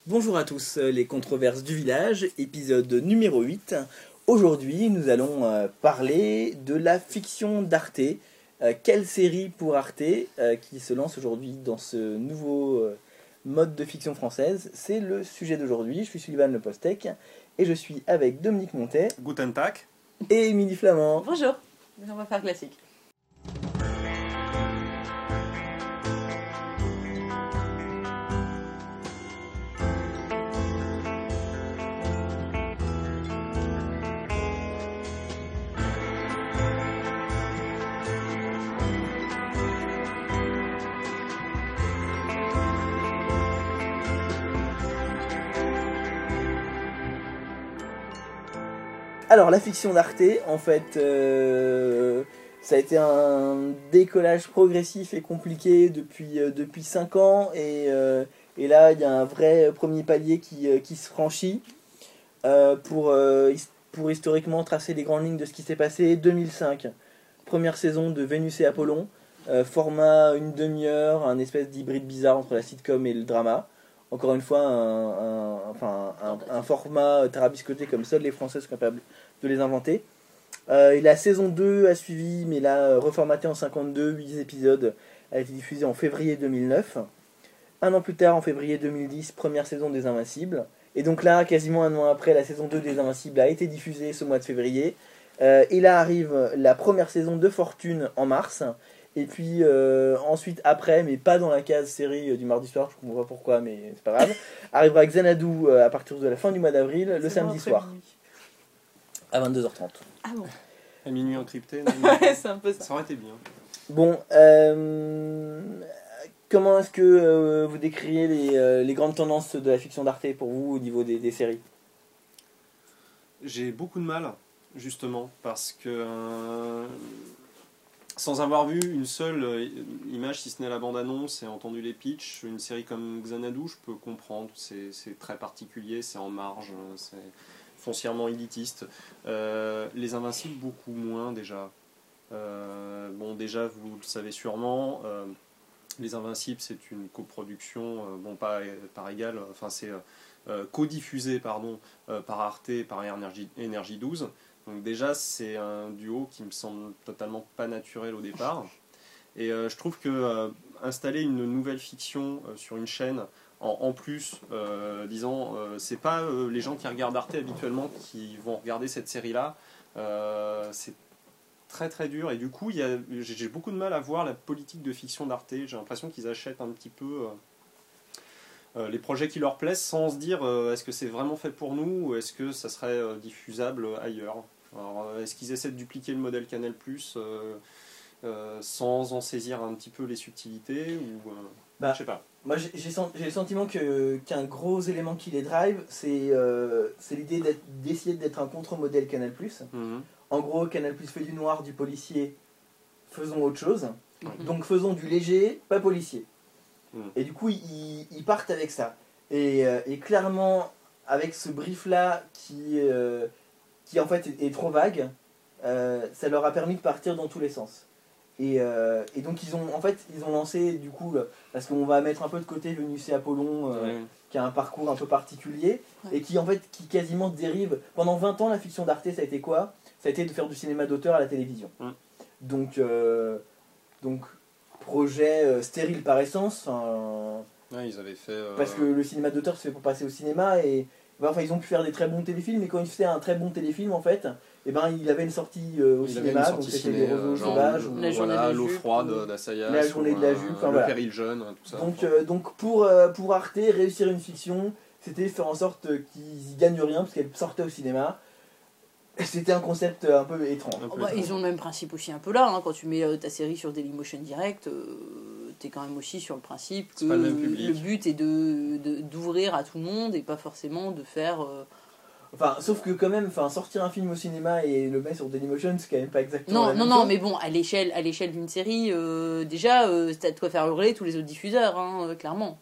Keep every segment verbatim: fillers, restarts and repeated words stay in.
Bonjour à tous, les controverses du village, épisode numéro huit. Aujourd'hui, nous allons euh, parler de la fiction d'Arte. Euh, quelle série pour Arte euh, qui se lance aujourd'hui dans ce nouveau euh, mode de fiction française? C'est le sujet d'aujourd'hui. Je suis Sullivan Le Postec et je suis avec Dominique Montet. Guten Tag. Et Émilie Flamand. Bonjour, on va faire classique. Alors, la fiction d'Arte, en fait, euh, ça a été un décollage progressif et compliqué depuis, euh, depuis cinq ans. Et, euh, et là, il y a un vrai premier palier qui, euh, qui se franchit euh, pour, euh, pour historiquement tracer les grandes lignes de ce qui s'est passé. deux mille cinq, première saison de Vénus et Apollon, euh, format une demi-heure, un espèce d'hybride bizarre entre la sitcom et le drama. Encore une fois, un, un, enfin, un, un format tarabiscoté comme seuls les Français sont capables de les inventer. Euh, et la saison deux a suivi, mais là, reformatée en cinquante-deux, huit épisodes, a été diffusée en février deux mille neuf. Un an plus tard, en février deux mille dix, première saison des Invincibles. Et donc là, quasiment un an après, la saison deux des Invincibles a été diffusée ce mois de février. Euh, et là arrive la première saison de Fortune en mars. Et puis euh, ensuite après, mais pas dans la case série du mardi soir, je ne comprends pas pourquoi, mais c'est pas grave, arrivera Xanadu euh, à partir de la fin du mois d'avril, le samedi soir, à vingt-deux heures trente. Ah bon? À minuit encrypté. Ouais, c'est un peu ça. Ça aurait été bien. Bon, euh, comment est-ce que euh, vous décririez les, euh, les grandes tendances de la fiction d'Arte pour vous au niveau des, des séries? J'ai beaucoup de mal, justement, parce que... Euh, sans avoir vu une seule image, si ce n'est la bande-annonce, et entendu les pitchs, une série comme Xanadu, je peux comprendre. C'est, c'est très particulier, c'est en marge, c'est foncièrement élitiste. Euh, les Invincibles, beaucoup moins déjà. Euh, bon, déjà, vous le savez sûrement, euh, Les Invincibles, c'est une coproduction, euh, bon, pas par égal, enfin, c'est euh, codiffusé, pardon, euh, par Arte et par Énergie douze. Donc déjà, c'est un duo qui me semble totalement pas naturel au départ. Et euh, je trouve que euh, installer une nouvelle fiction euh, sur une chaîne, en, en plus, euh, disons, euh, c'est pas euh, les gens qui regardent Arte habituellement qui vont regarder cette série-là. Euh, c'est très très dur. Et du coup, il y a, j'ai beaucoup de mal à voir la politique de fiction d'Arte. J'ai l'impression qu'ils achètent un petit peu... Euh, Euh, les projets qui leur plaisent sans se dire euh, est-ce que c'est vraiment fait pour nous ou est-ce que ça serait euh, diffusable ailleurs. Alors, euh, est-ce qu'ils essaient de dupliquer le modèle Canal plus, euh, euh, sans en saisir un petit peu les subtilités ou euh, bah, je sais pas. Moi j'ai, j'ai, j'ai le sentiment que, qu'un gros élément qui les drive, c'est, euh, c'est l'idée d'être, d'essayer d'être un contre-modèle Canal plus. Mm-hmm. En gros, Canal plus fait du noir, du policier, faisons autre chose. Mm-hmm. Donc faisons du léger, pas policier. Et du coup, ils, ils partent avec ça. Et, euh, et clairement, avec ce brief-là qui, euh, qui en fait est, est trop vague, euh, ça leur a permis de partir dans tous les sens. Et, euh, et donc, ils ont, en fait, ils ont lancé, du coup, parce qu'on va mettre un peu de côté Vénus et Apollon, euh, ouais. qui a un parcours un peu particulier, ouais. et qui, en fait, qui quasiment dérive. Pendant vingt ans, la fiction d'Arte, ça a été quoi? Ça a été de faire du cinéma d'auteur à la télévision. Ouais. Donc, euh, donc projet euh, stérile par essence. Enfin, ouais, ils avaient fait. Euh... Parce que le cinéma d'auteur se fait pour passer au cinéma et ben, enfin ils ont pu faire des très bons téléfilms, mais quand ils faisaient un très bon téléfilm en fait, et ben il avait une sortie euh, au il cinéma, sortie donc c'était des roseaux sauvages, ou, la voilà, l'eau froide d'Assayas, la journée de la jupe, enfin, le voilà. péril jeune, tout ça. Donc euh, donc pour euh, pour Arte réussir une fiction, c'était faire en sorte qu'ils y gagnent rien parce qu'elle sortait au cinéma. C'était un concept un peu étrange. Un peu oh bah, étrange. Ils ont le même principe aussi un peu là, hein. Quand tu mets euh, ta série sur Dailymotion Direct, euh, t'es quand même aussi sur le principe que le, le but est de, de, d'ouvrir à tout le monde et pas forcément de faire... Euh... Enfin, sauf que quand même, enfin, sortir un film au cinéma et le mettre sur Dailymotion, c'est quand même pas exactement non, la même non, chose. Non, mais bon, à l'échelle, à l'échelle d'une série, euh, déjà, euh, t'as de quoi faire hurler tous les autres diffuseurs, hein, euh, clairement.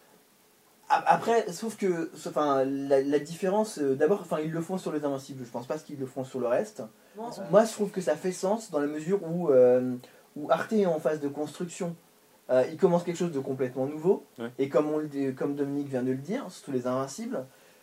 Après, sauf que enfin, la, la différence, euh, d'abord, enfin, ils le font sur les Invincibles, je pense pas qu'ils le font sur le reste. Non, Moi, je trouve que ça fait sens dans la mesure où, euh, où Arte est en phase de construction. Euh, ils commencent quelque chose de complètement nouveau. Ouais. Et comme, on le dit, comme Dominique vient de le dire, surtout les Invincibles,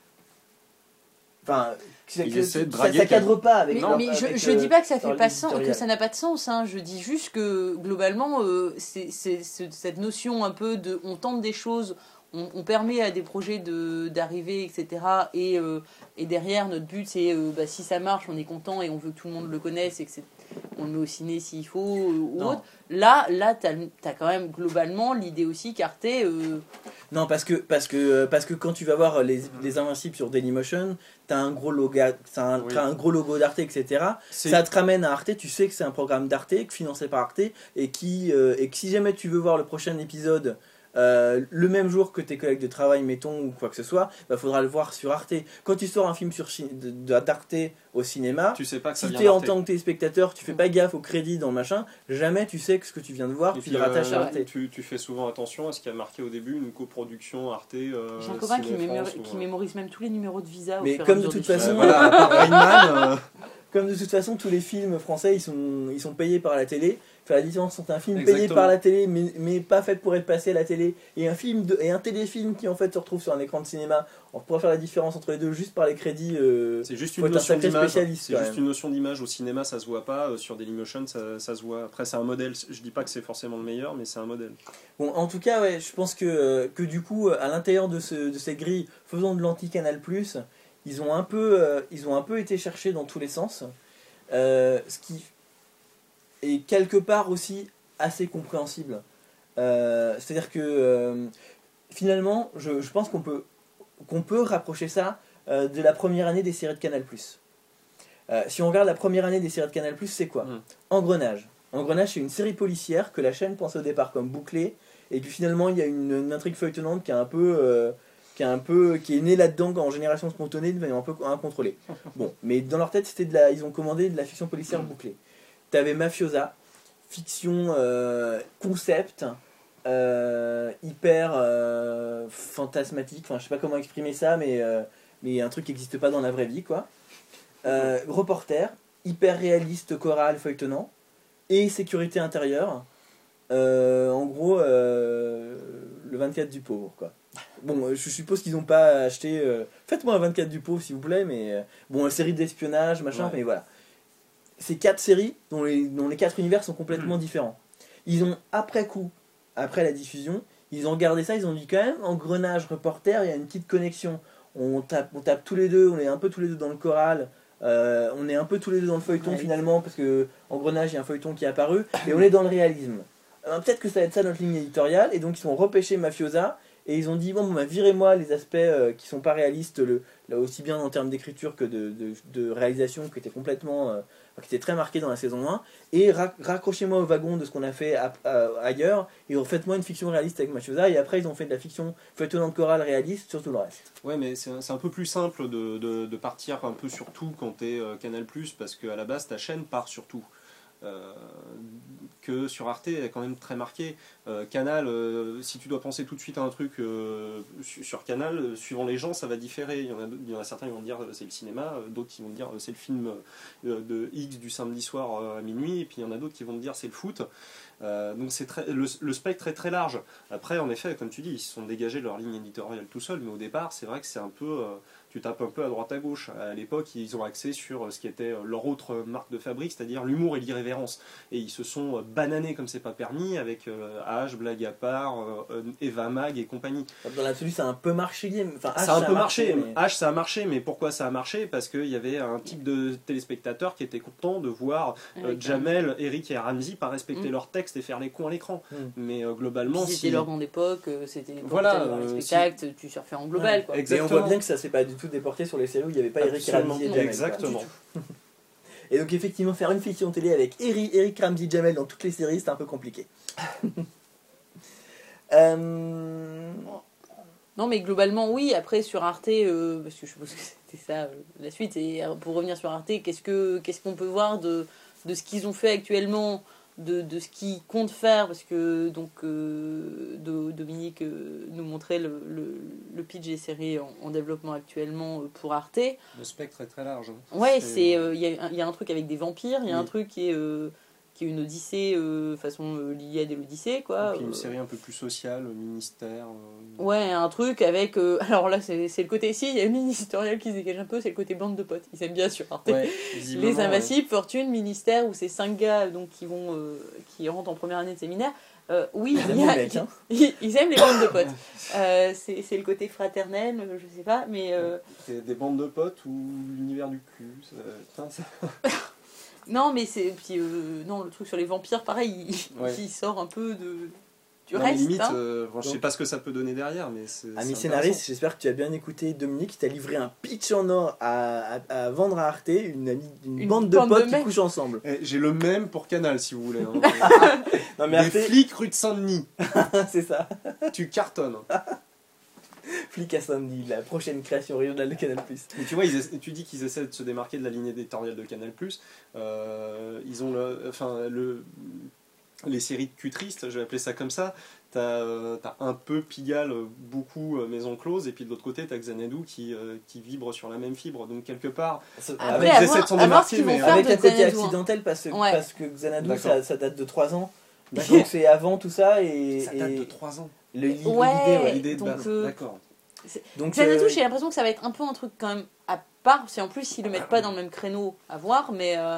enfin, ça, Il que- essaie de ça, draguer ça cadre pas avec Mais, leur- mais je, avec, je euh, dis pas que ça fait leur pas ligne sens, que éditoriale. ça n'a pas de sens. Hein. Je dis juste que globalement, euh, c'est c'est- c'est- cette notion un peu de, on tente des choses, on, on permet à des projets de d'arriver, et cetera. Et, euh, et derrière, notre but, c'est euh, bah, si ça marche, on est content et on veut que tout le monde le connaisse et que c'est- on le met au ciné s'il faut euh, ou Non. autre. Là, là, t'as as quand même globalement l'idée aussi qu'Arte, euh, Non, parce que, parce, que, parce que quand tu vas voir les, les Invincibles sur Dailymotion, t'as un gros logo, t'as un, Oui. t'as un gros logo d'Arte, et cetera. C'est- Ça te ramène à Arte, tu sais que c'est un programme d'Arte, financé par Arte, et, qui, euh, et que si jamais tu veux voir le prochain épisode euh, le même jour que tes collègues de travail, mettons, ou quoi que ce soit, bah, faudra le voir sur Arte. Quand tu sors un film sur chi- de- de- d'Arte au cinéma, Tu sais pas que ça si vient t'es en d'Arte. tant que téléspectateur, tu fais pas gaffe au crédit dans le machin, jamais tu sais que ce que tu viens de voir, Et tu puis, le rattaches euh, à Arte. tu, tu fais souvent attention à ce qui a marqué au début une coproduction Arte. Euh, j'ai un copain qui, Ciné mémori- France, ou, qui euh, mémorise même tous les numéros de visa. au Mais fur et à comme de mesure toute des façon- films. euh, voilà, à part Rain Man, euh, Comme de toute façon, tous les films français, ils sont, ils sont payés par la télé. Enfin, la différence entre un film payé Exactement. par la télé, mais, mais pas fait pour être passé à la télé, et un film de, et un téléfilm qui en fait se retrouve sur un écran de cinéma. On pourra faire la différence entre les deux juste par les crédits. euh, c'est juste faut une être un notion sacré d'image. spécialiste, C'est quand juste même. une notion d'image au cinéma, ça se voit pas. euh, Sur Dailymotion, ça, ça se voit. Après, c'est un modèle. Je dis pas que c'est forcément le meilleur, mais c'est un modèle. Bon, en tout cas, ouais, je pense que, euh, que du coup, à l'intérieur de, ce, de cette grille, faisant de l'anti-Canal+, ils ont un peu, euh, ils ont un peu été cherchés dans tous les sens. Euh, ce qui est quelque part aussi assez compréhensible. Euh, C'est-à-dire que euh, finalement, je, je pense qu'on peut, qu'on peut rapprocher ça euh, de la première année des séries de Canal+. Euh, si on regarde la première année des séries de Canal+, c'est quoi? Mm. Engrenage. Engrenage, c'est une série policière que la chaîne pensait au départ comme bouclée, et puis finalement il y a une, une intrigue feuilletonnante qui est un peu, euh, qui est un peu, qui est née là-dedans en génération spontanée, de manière un peu incontrôlée. Bon, mais dans leur tête, c'était de la, ils ont commandé de la fiction policière bouclée. T'avais Mafiosa, fiction euh, concept, euh, hyper euh, fantasmatique. Enfin, je sais pas comment exprimer ça, mais euh, mais un truc qui n'existe pas dans la vraie vie, quoi. Euh, reporter, hyper réaliste, choral, feuilletonnant, et sécurité intérieure. Euh, en gros, euh, le vingt-quatre du pauvre, quoi. Bon, je suppose qu'ils n'ont pas acheté. Euh, Faites-moi un vingt-quatre du pauvre, s'il vous plaît, mais euh, bon, une série d'espionnage, machin, Ouais. mais voilà. Ces quatre séries, dont les, dont les quatre univers sont complètement différents. Ils ont, après coup, après la diffusion, ils ont gardé ça, ils ont dit quand même, engrenage, reporter, il y a une petite connexion. On tape, on tape tous les deux, on est un peu tous les deux dans le choral. Euh, on est un peu tous les deux dans le feuilleton Ouais. finalement, parce que Engrenage, il y a un feuilleton qui est apparu, et on est dans le réalisme. Alors, peut-être que ça va être ça notre ligne éditoriale, et donc ils ont repêché Mafiosa, et ils ont dit bon, bah, virez-moi les aspects euh, qui sont pas réalistes, le, là aussi bien en termes d'écriture que de, de, de réalisation, qui était complètement, euh, qui était très marqué dans la saison un, et ra- raccrochez-moi au wagon de ce qu'on a fait à- à- ailleurs, et faites-moi une fiction réaliste avec Mafiosa, et après ils ont fait de la fiction feuilletonnante chorale réaliste sur tout le reste. Ouais, mais c'est un, c'est un peu plus simple de, de, de partir un peu sur tout quand t'es euh, Canal+, parce qu'à la base, ta chaîne part sur tout. Euh, que sur Arte, elle est quand même très marquée. Euh, Canal, euh, si tu dois penser tout de suite à un truc euh, sur, sur Canal, euh, suivant les gens, ça va différer. Il y en a, il y en a certains qui vont dire euh, c'est le cinéma, euh, d'autres qui vont dire euh, c'est le film euh, de X du samedi soir euh, à minuit, et puis il y en a d'autres qui vont dire c'est le foot. Euh, donc c'est très, le, le spectre est très large. Après, en effet, comme tu dis, ils se sont dégagés de leur ligne éditoriale tout seuls, mais au départ, c'est vrai que c'est un peu... Euh, tu tapes un peu à droite à gauche. À l'époque, ils ont axé sur ce qui était leur autre marque de fabrique, c'est-à-dire l'humour et l'irrévérence. Et ils se sont bananés comme c'est pas permis avec euh, H, Blague à part, euh, Eva Mag et compagnie. Dans l'absolu, ça a un peu marché. Enfin, H, ça a un peu marché. mais... H, ça a marché, mais pourquoi ça a marché? Parce qu'il y avait un type de téléspectateur qui était content de voir euh, Avec, Jamel, Eric et Ramzy pas respecter Mm. leur texte et faire les cons à l'écran. Mm. Mais euh, globalement, Puis si... c'était leur grande époque, euh, c'était pour Voilà, voir les euh, spectacles, tu surfais en global, Ouais. quoi. Exact. Et on voit bien que ça s'est pas du tout déporté sur les séries où il n'y avait pas Eric Absolument. Ramsey et Jamel. Exactement. quoi. Et donc effectivement, faire une fiction télé avec Eric, Eric Ramsey Jamel dans toutes les séries, c'est un peu compliqué. euh... Non, mais globalement, oui. Après, sur Arte, euh, parce que je suppose que c'était ça euh, la suite. Et euh, pour revenir sur Arte, qu'est-ce que qu'est-ce qu'on peut voir de, de ce qu'ils ont fait actuellement, de, de ce qu'ils comptent faire? Parce que donc euh, Do- Dominique euh, nous montrait le, le, le pitch des séries en, en développement actuellement euh, pour Arte. Le spectre est très large. hein. Ouais, C'est- c'est il y, a un- y a un truc avec des vampires, il y a un Oui. truc qui est euh, qui est une odyssée euh, façon euh, l'Iliade et l'Odyssée, quoi. Et puis une euh, série un peu plus sociale, ministère. Euh... Ouais, un truc avec. Euh, alors là, c'est, c'est le côté. Si, il y a une ligne éditoriale qui se dégage un peu, c'est le côté bande de potes. Ils aiment bien sur Arte. Ouais, Les Invincibles, ouais. Fortune, Ministère, où c'est cinq gars donc, qui, vont, euh, qui rentrent en première année de séminaire. Euh, oui, ils, il y a, mecs, hein. ils, ils aiment les bandes de potes. Euh, c'est, c'est le côté fraternel, je sais pas, mais. Euh... C'est des bandes de potes ou l'univers du cul. Ça... Putain, ça... Non, mais c'est. Puis, euh, non, le truc sur les vampires, pareil, il, ouais. il sort un peu de. Du non, reste. Limite, hein. euh, bon, je sais pas ce que ça peut donner derrière, mais c'est. Ami scénariste, j'espère que tu as bien écouté Dominique, qui t'a livré un pitch en or à, à, à vendre à Arte, une, une, une bande de bande potes de qui couchent ensemble. Eh, j'ai le même pour Canal, si vous voulez. Hein. non, mais Arte... Des flics rue de Saint-Denis. C'est ça. Tu cartonnes. Flic à Saint-Denis, la prochaine création régionale de Canal plus. Mais tu vois, ils essaient, tu dis qu'ils essaient de se démarquer de la ligne éditoriale de Canal plus. Euh, ils ont le, enfin, le, les séries de cul tristes, je vais appeler ça comme ça. T'as, euh, t'as un peu Pigalle, beaucoup euh, Maison Close, et puis de l'autre côté, t'as Xanadu qui, euh, qui vibre sur la même fibre. Donc, quelque part, après, ils essaient de s'en démarquer, mais avec un côté accidentel, parce, ouais. parce que Xanadu, ça, ça date de trois ans. Donc, c'est avant tout ça. Et, ça date de trois ans. Le, ouais, l'idée, ouais, l'idée de base, euh, d'accord. Donc, Xanadu, euh... j'ai l'impression que ça va être un peu un truc quand même à part, si en plus ils le mettent pas dans le même créneau à voir, mais euh,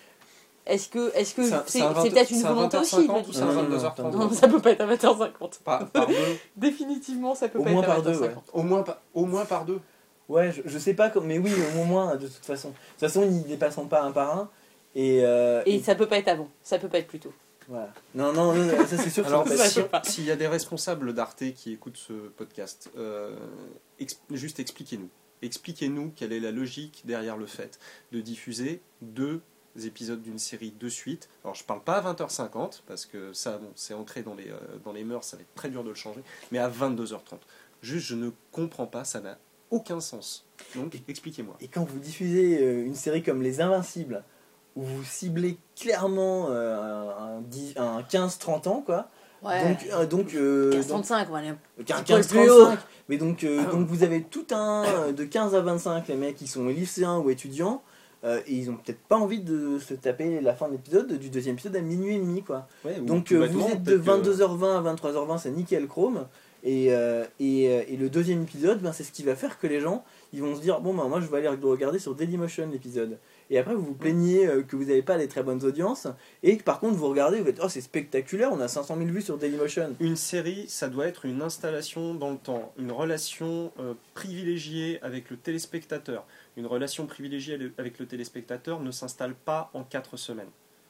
est-ce que est-ce que c'est, c'est, c'est, c'est peut-être une volonté aussi ou c'est un vingt-deux heures trente? Non, ça peut pas être à vingt heures cinquante. Par, par deux. Définitivement, ça peut au pas moins être à par deux, ouais. Au moins par au moins par deux. Ouais, je, je sais pas, mais oui, au moins de toute façon. De toute façon, ils dépasseront pas un par un. Et, euh, et, et ça peut pas être avant, ça peut pas être plus tôt. Voilà. Non, non, non, ça c'est sûr. Alors, que si, s'il y a des responsables d'Arte qui écoutent ce podcast, euh, ex- juste expliquez-nous. Expliquez-nous quelle est la logique derrière le fait de diffuser deux épisodes d'une série de suite. Alors, je parle pas à vingt heures cinquante, parce que ça, bon, c'est ancré dans les, euh, dans les mœurs, ça va être très dur de le changer, mais à vingt-deux heures trente. Juste, je ne comprends pas, ça n'a aucun sens. Donc, expliquez-moi. Et quand vous diffusez une série comme Les Invincibles, où vous ciblez clairement euh, un, un quinze trente ans, quoi. Ouais. Donc, euh, donc, euh, quinze trente-cinq, on va aller quinze trente-cinq. Mais donc, euh, donc vous avez tout un de quinze à vingt-cinq, les mecs qui sont lycéens ou étudiants, euh, et ils ont peut-être pas envie de se taper la fin de l'épisode, du deuxième épisode à minuit et demi, quoi. Ouais, donc euh, vous êtes de vingt-deux heures vingt à vingt-trois heures vingt, c'est nickel chrome. Et, euh, et, euh, et le deuxième épisode, ben, c'est ce qui va faire que les gens ils vont se dire bon ben moi je vais aller le regarder sur Dailymotion l'épisode. Et après vous vous plaignez euh, que vous n'avez pas des très bonnes audiences, et que par contre vous regardez, vous êtes oh c'est spectaculaire, on a cinq cent mille vues sur Dailymotion. Une série, ça doit être une installation dans le temps, une relation euh, privilégiée avec le téléspectateur. Une relation privilégiée avec le téléspectateur ne s'installe pas en quatre semaines.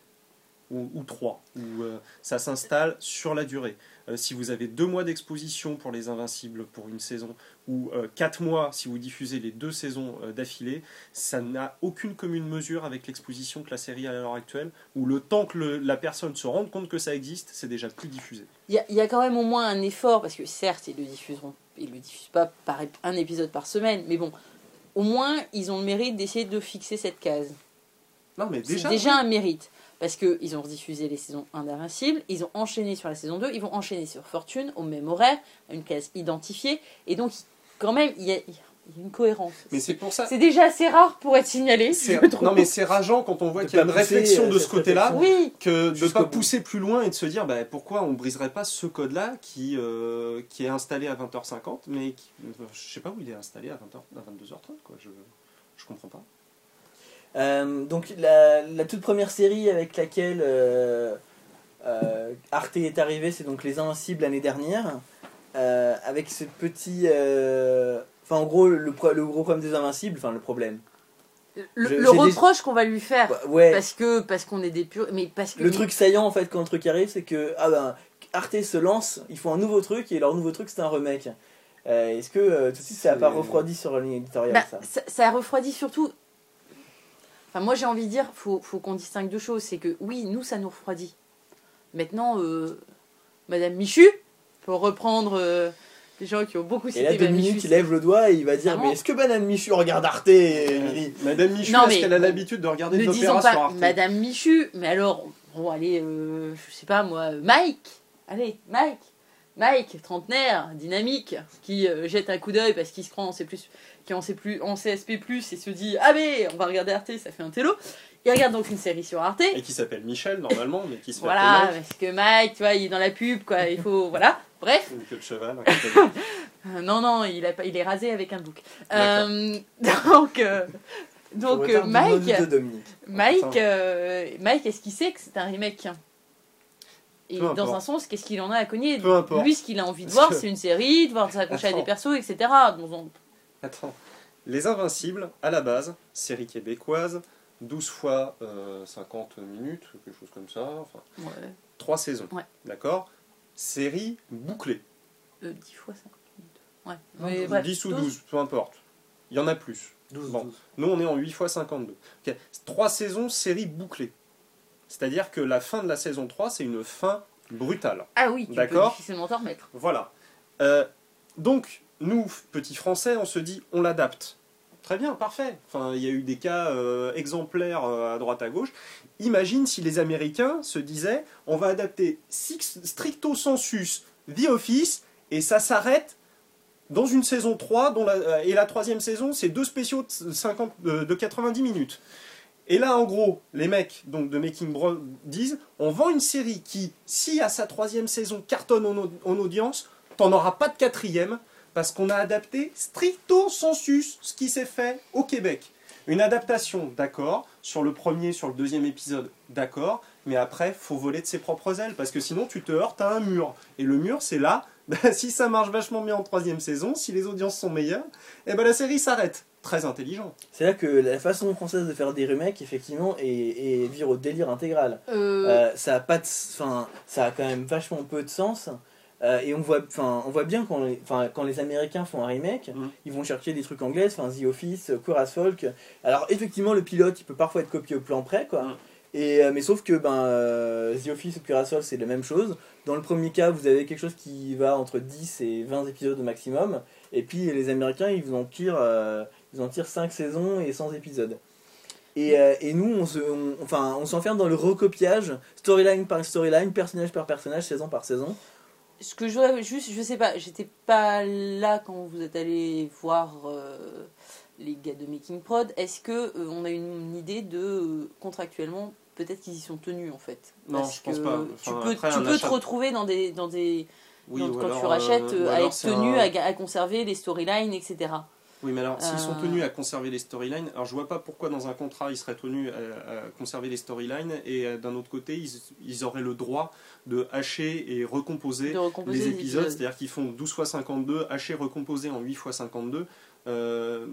Ou, ou trois, ou euh, ça s'installe sur la durée. Euh, si vous avez deux mois d'exposition pour Les Invincibles pour une saison, ou euh, quatre mois si vous diffusez les deux saisons euh, d'affilée, ça n'a aucune commune mesure avec l'exposition que la série a à l'heure actuelle, où le temps que le, la personne se rende compte que ça existe, c'est déjà plus diffusé. Il y, y a quand même au moins un effort, parce que certes, ils le diffuseront, ils le diffusent pas par un épisode par semaine, mais bon, au moins, ils ont le mérite d'essayer de fixer cette case. Non, mais déjà, c'est déjà oui. un mérite. Parce qu'ils ont rediffusé les saisons un d'Invincible, ils ont enchaîné sur la saison deux, ils vont enchaîner sur Fortune, au même horaire, à une case identifiée, et donc quand même, il y a, il y a une cohérence. Mais c'est pour ça. C'est déjà assez rare pour être signalé. C'est... Non, mais c'est rageant quand on voit de qu'il y a une réflexion de ce côté-là, oui. que de ne pas pousser plus loin et de se dire bah, pourquoi on ne briserait pas ce code-là qui, euh, qui est installé à vingt heures cinquante, mais qui, je sais pas où il est installé à, vingt heures, à vingt-deux heures trente, quoi. Je je comprends pas. Euh, donc la, la toute première série avec laquelle euh, euh, Arte est arrivé, c'est donc Les Invincibles l'année dernière, euh, avec ce petit, enfin euh, en gros le, le gros problème des Invincibles, enfin le problème. Le, Je, le reproche des... qu'on va lui faire, ouais. parce que parce qu'on est des purs, mais parce que le truc saillant en fait quand le truc arrive, c'est que ah ben Arte se lance, ils font un nouveau truc et leur nouveau truc c'est un remake. Euh, est-ce que euh, tout de suite ça n'a pas refroidi sur la ligne éditoriale bah, ça, ça Ça a refroidi surtout. Enfin, moi j'ai envie de dire, faut, faut qu'on distingue deux choses. C'est que oui, nous ça nous refroidit. Maintenant, euh, Madame Michu, pour reprendre euh, les gens qui ont beaucoup cité. Et là, deux minutes, il lève le doigt et il va dire vraiment. Mais est-ce que Madame Michu regarde Arte euh, Madame Michu, non, est-ce qu'elle a l'habitude de regarder de l'opéra sur Arte? Madame Michu, mais alors, bon, allez, euh, je sais pas moi, Mike. Allez, Mike. Mike, trentenaire, dynamique, qui euh, jette un coup d'œil parce qu'il se croit en C plus, qui est en, C plus, en C S P plus, et se dit ah mais on va regarder Arte, ça fait un télo. Il regarde donc une série sur Arte. Et qui s'appelle Michel normalement, mais qui se fait Voilà, appeler Mike. parce que Mike, tu vois, il est dans la pub, quoi. Il faut, voilà. Bref. Une queue de cheval. Un Euh, non, non, il, a pas, il est rasé avec un bouc. Euh, donc, euh, donc euh, Mike, Mike, euh, Mike, est-ce qu'il sait que c'est un remake? Et Peu dans importe. un sens, qu'est-ce qu'il en a à cogner? Peu importe. Lui, ce qu'il a envie de Parce voir, que- c'est une série, de voir s'accrocher à des Attends. persos, et cetera. Donc, on- Attends. Les Invincibles, à la base, série québécoise, douze fois euh, cinquante minutes, quelque chose comme ça, enfin, ouais, trois saisons. Ouais. D'accord? Série bouclée. euh, dix fois cinquante minutes. Ouais. Non, Mais douze, bref, dix ou douze. douze, peu importe. Il y en a plus. douze, Bon. douze. Nous, on est en huit fois cinquante-deux. Ok. Trois saisons, série bouclée. C'est-à-dire que la fin de la saison trois, c'est une fin brutale. Ah oui, tu peux D'accord. difficilement t'en remettre. Voilà. Euh, donc, nous, petits Français, on se dit, on l'adapte. Très bien, parfait. Enfin, il y a eu des cas euh, exemplaires euh, à droite à gauche. Imagine si les Américains se disaient, on va adapter six, stricto sensus The Office, et ça s'arrête dans une saison trois, dont la, et la troisième saison, c'est deux spéciaux de, cinquante, de, de quatre-vingt-dix minutes. Et là, en gros, les mecs donc, de Making Bros disent, on vend une série qui, si à sa troisième saison cartonne en, en audience, t'en auras pas de quatrième, parce qu'on a adapté stricto sensus ce qui s'est fait au Québec. Une adaptation, d'accord, sur le premier, sur le deuxième épisode, d'accord, mais après, faut voler de ses propres ailes, parce que sinon tu te heurtes à un mur. Et le mur, c'est là, bah, si ça marche vachement bien en troisième saison, si les audiences sont meilleures, et ben la série s'arrête. Très intelligent. C'est là que la façon française de faire des remakes, effectivement, est, est vire au délire intégral. Euh, Euh, ça a pas de, enfin, ça a quand même vachement peu de sens. Euh, et on voit, enfin, on voit bien quand les, enfin, quand les Américains font un remake, Mhm. ils vont chercher des trucs anglais, enfin The Office, Queer as Folk. Alors effectivement, le pilote, il peut parfois être copié au plan près, quoi. Mhm. Et euh, mais sauf que ben euh, The Office ou Queer as Folk, c'est la même chose. Dans le premier cas, vous avez quelque chose qui va entre dix et vingt épisodes au maximum. Et puis les Américains, ils vous en tirent, euh, ils en tirent cinq saisons et cent épisodes. Et, euh, et nous, on se, on- enfin, on s'enferme dans le recopiage, storyline par storyline, personnage par personnage, saison par saison. Ce que je voudrais juste, je sais pas, j'étais pas là quand vous êtes allé voir euh, les gars de Making Prod. Est-ce que euh, on a une, une idée de euh, contractuellement, peut-être qu'ils y sont tenus en fait. Non, Parce je pense que pas. tu Enfin, peux, après, tu un peux achat- te retrouver dans des, dans des, Oui, dans- ou quand alors, tu rachètes, euh, ou euh, à alors être c'est tenu un- à, ga- à conserver les storylines, et cetera. Oui, mais alors, s'ils sont Euh. tenus à conserver les storylines, alors je vois pas pourquoi dans un contrat ils seraient tenus à, à conserver les storylines et euh, d'un autre côté ils, ils auraient le droit de hacher et recomposer De recomposer les les épisodes, épisodes. c'est-à-dire qu'ils font douze fois cinquante-deux, haché, recomposé en huit fois cinquante-deux. Euh,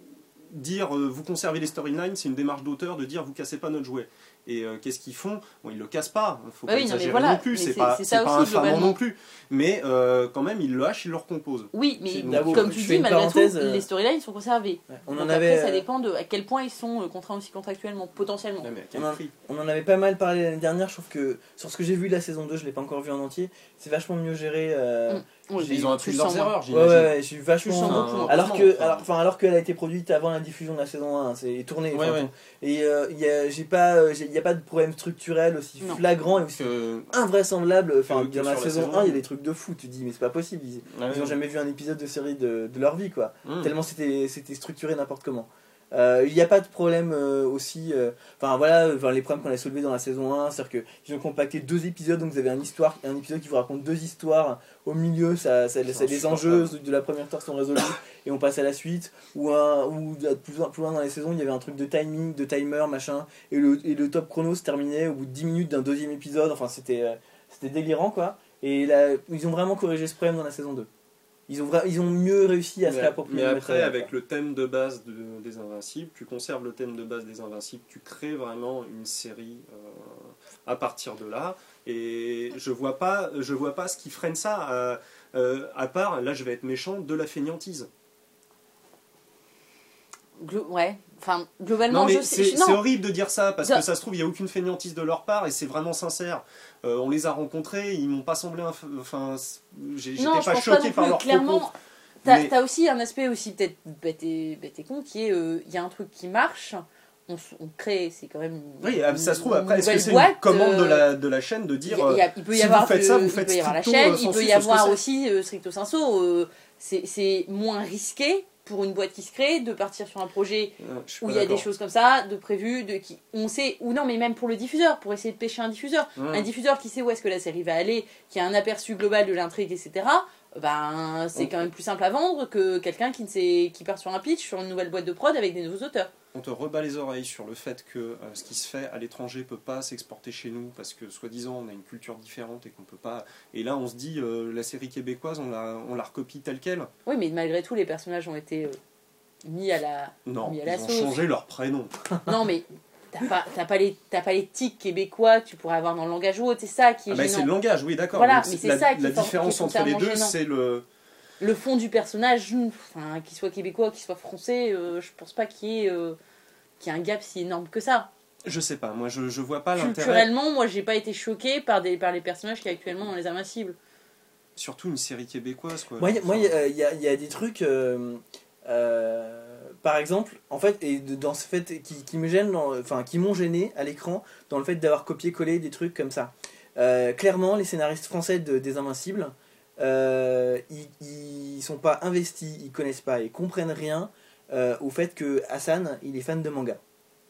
dire euh, vous conservez les storylines, c'est une démarche d'auteur de dire vous cassez pas notre jouet. Et euh, qu'est-ce qu'ils font? Bon, ils le cassent pas, faut Bah pas oui, non, mais exagérer voilà, non plus, mais c'est c'est- pas, c'est c'est ça pas aussi, infamant globalement. non plus. Mais euh, quand même, ils le hachent, ils le recomposent. Oui, mais C'est- D'abord, comme je tu fais dis, une malgré parenthèse, tout, euh, les storylines sont conservées. Ouais, On Donc en après, avait, ça euh, dépend de à quel point ils sont euh, contraints aussi contractuellement, potentiellement. Ouais, mais à quel On en- prix? on en avait pas mal parlé l'année dernière. Je trouve que sur ce que j'ai vu de la saison deux, je l'ai pas encore vu en entier. C'est vachement mieux géré. euh, Mm. Oui, Ils ont tu appris le leurs sens moins. erreurs, Ouais, j'imagine. ouais, ouais, je suis Tu le vachement. sens Enfin, beaucoup moins. Alors heureusement, que, enfin. alors, enfin, alors qu'elle a été produite avant la diffusion de la saison un, c'est tourné. Ouais, enfin, ouais. tout. Et euh, il y a, j'ai pas, euh, j'ai- il y a pas de problème structurel aussi Non. flagrant et aussi Que- invraisemblable. Enfin, que dans la sur la saison saison un, il y a un. des trucs de fou. Tu te dis, mais c'est pas possible. Ils, Ouais, ils ont ouais. jamais vu un épisode de série de, de leur vie, quoi. Mmh. Tellement c'était, c'était structuré n'importe comment. Euh, Il n'y a pas de problème euh, aussi. euh, Enfin voilà, enfin, les problèmes qu'on a soulevés dans la saison un, c'est-à-dire qu'ils ont compacté deux épisodes, donc vous avez un, histoire, un épisode qui vous raconte deux histoires. Au milieu, ça, ça, ça- les enjeux de la première heure sont résolus et on passe à la suite. Ou, un, ou plus, loin, plus loin dans les saisons, il y avait un truc de timing, de timer, machin. Et le, et le top chrono se terminait au bout de dix minutes d'un deuxième épisode. Enfin, c'était euh, c'était délirant, quoi. Et là, ils ont vraiment corrigé ce problème dans la saison deux. Ils ont, vra- ils ont mieux réussi à se Mais, réapproprier mais le après, matériel, avec quoi. le thème de base de- des Invincibles, tu conserves le thème de base des Invincibles, tu crées vraiment une série euh, à partir de là. Et je vois pas, je vois pas ce qui freine ça, euh, euh, à part, là je vais être méchant, de la fainéantise. Glo- ouais, enfin, globalement, Non mais je sais. c'est je- non. c'est horrible de dire ça, parce Ça- que ça se trouve, il n'y a aucune fainéantise de leur part, et c'est vraiment sincère. Euh, on les a rencontrés, ils m'ont pas semblé... inf- Enfin, j'ai- j'étais Non, je pas pense pas choqué non par plus. leur Clairement, propos. t'as Mais- t'as aussi un aspect aussi peut-être bête et, bête et con qui est, il y a un truc qui marche, on, on crée, c'est quand même. Oui, une, ça se trouve après, est-ce que c'est boîte, une commande euh, de, la, de la chaîne de dire. Y a, y a, il peut y si avoir vous faites de, ça, vous il faites peut y avoir la stricto, chaîne, euh, il peut y sensu, avoir aussi euh, stricto sensu. Euh, c'est moins risqué pour une boîte qui se crée de partir sur un projet euh, où il y a des choses comme ça, de prévues, de qui on sait, ou non, mais même pour le diffuseur, pour essayer de pêcher un diffuseur. Mmh. Un diffuseur qui sait où est-ce que la série va aller, qui a un aperçu global de l'intrigue, et cetera. Ben, c'est quand même plus simple à vendre que quelqu'un qui, ne sait, qui part sur un pitch, sur une nouvelle boîte de prod avec des nouveaux auteurs. On te rebat les oreilles sur le fait que euh, ce qui se fait à l'étranger peut pas s'exporter chez nous parce que soi-disant on a une culture différente et qu'on peut pas. Et là on se dit euh, la série québécoise on la, on la recopie telle quelle. Oui, mais malgré tout les personnages ont été euh, mis à la non, mis à la ils ont sauce. changé leur prénom. Non mais t'as pas t'as pas les t'as pas les tics québécois que tu pourrais avoir dans le langage ou autre, c'est ça qui est ah bah gênant. C'est le langage, oui d'accord. Voilà, mais mais c'est la, ça qui la est différence qui est entre les deux, gênant. c'est le. Le fond du personnage, enfin, qu'il soit québécois, qu'il soit français, euh, je pense pas qu'il y ait euh, qu'il y ait un gap si énorme que ça. Je sais pas, moi je, je vois pas l'intérêt. Culturellement, moi j'ai pas été choquée par, des, par les personnages qui actuellement dans Les Invincibles. Surtout une série québécoise quoi. Moi il enfin, y, euh, y, a, y a des trucs, euh, euh, par exemple, en fait, et dans ce fait qui, qui me gêne, dans, enfin qui m'ont gêné à l'écran dans le fait d'avoir copié-collé des trucs comme ça. Euh, clairement, les scénaristes français de, des Invincibles, euh, ils, ils sont pas investis, ils connaissent pas, ils comprennent rien euh, au fait que Hassan, il est fan de manga.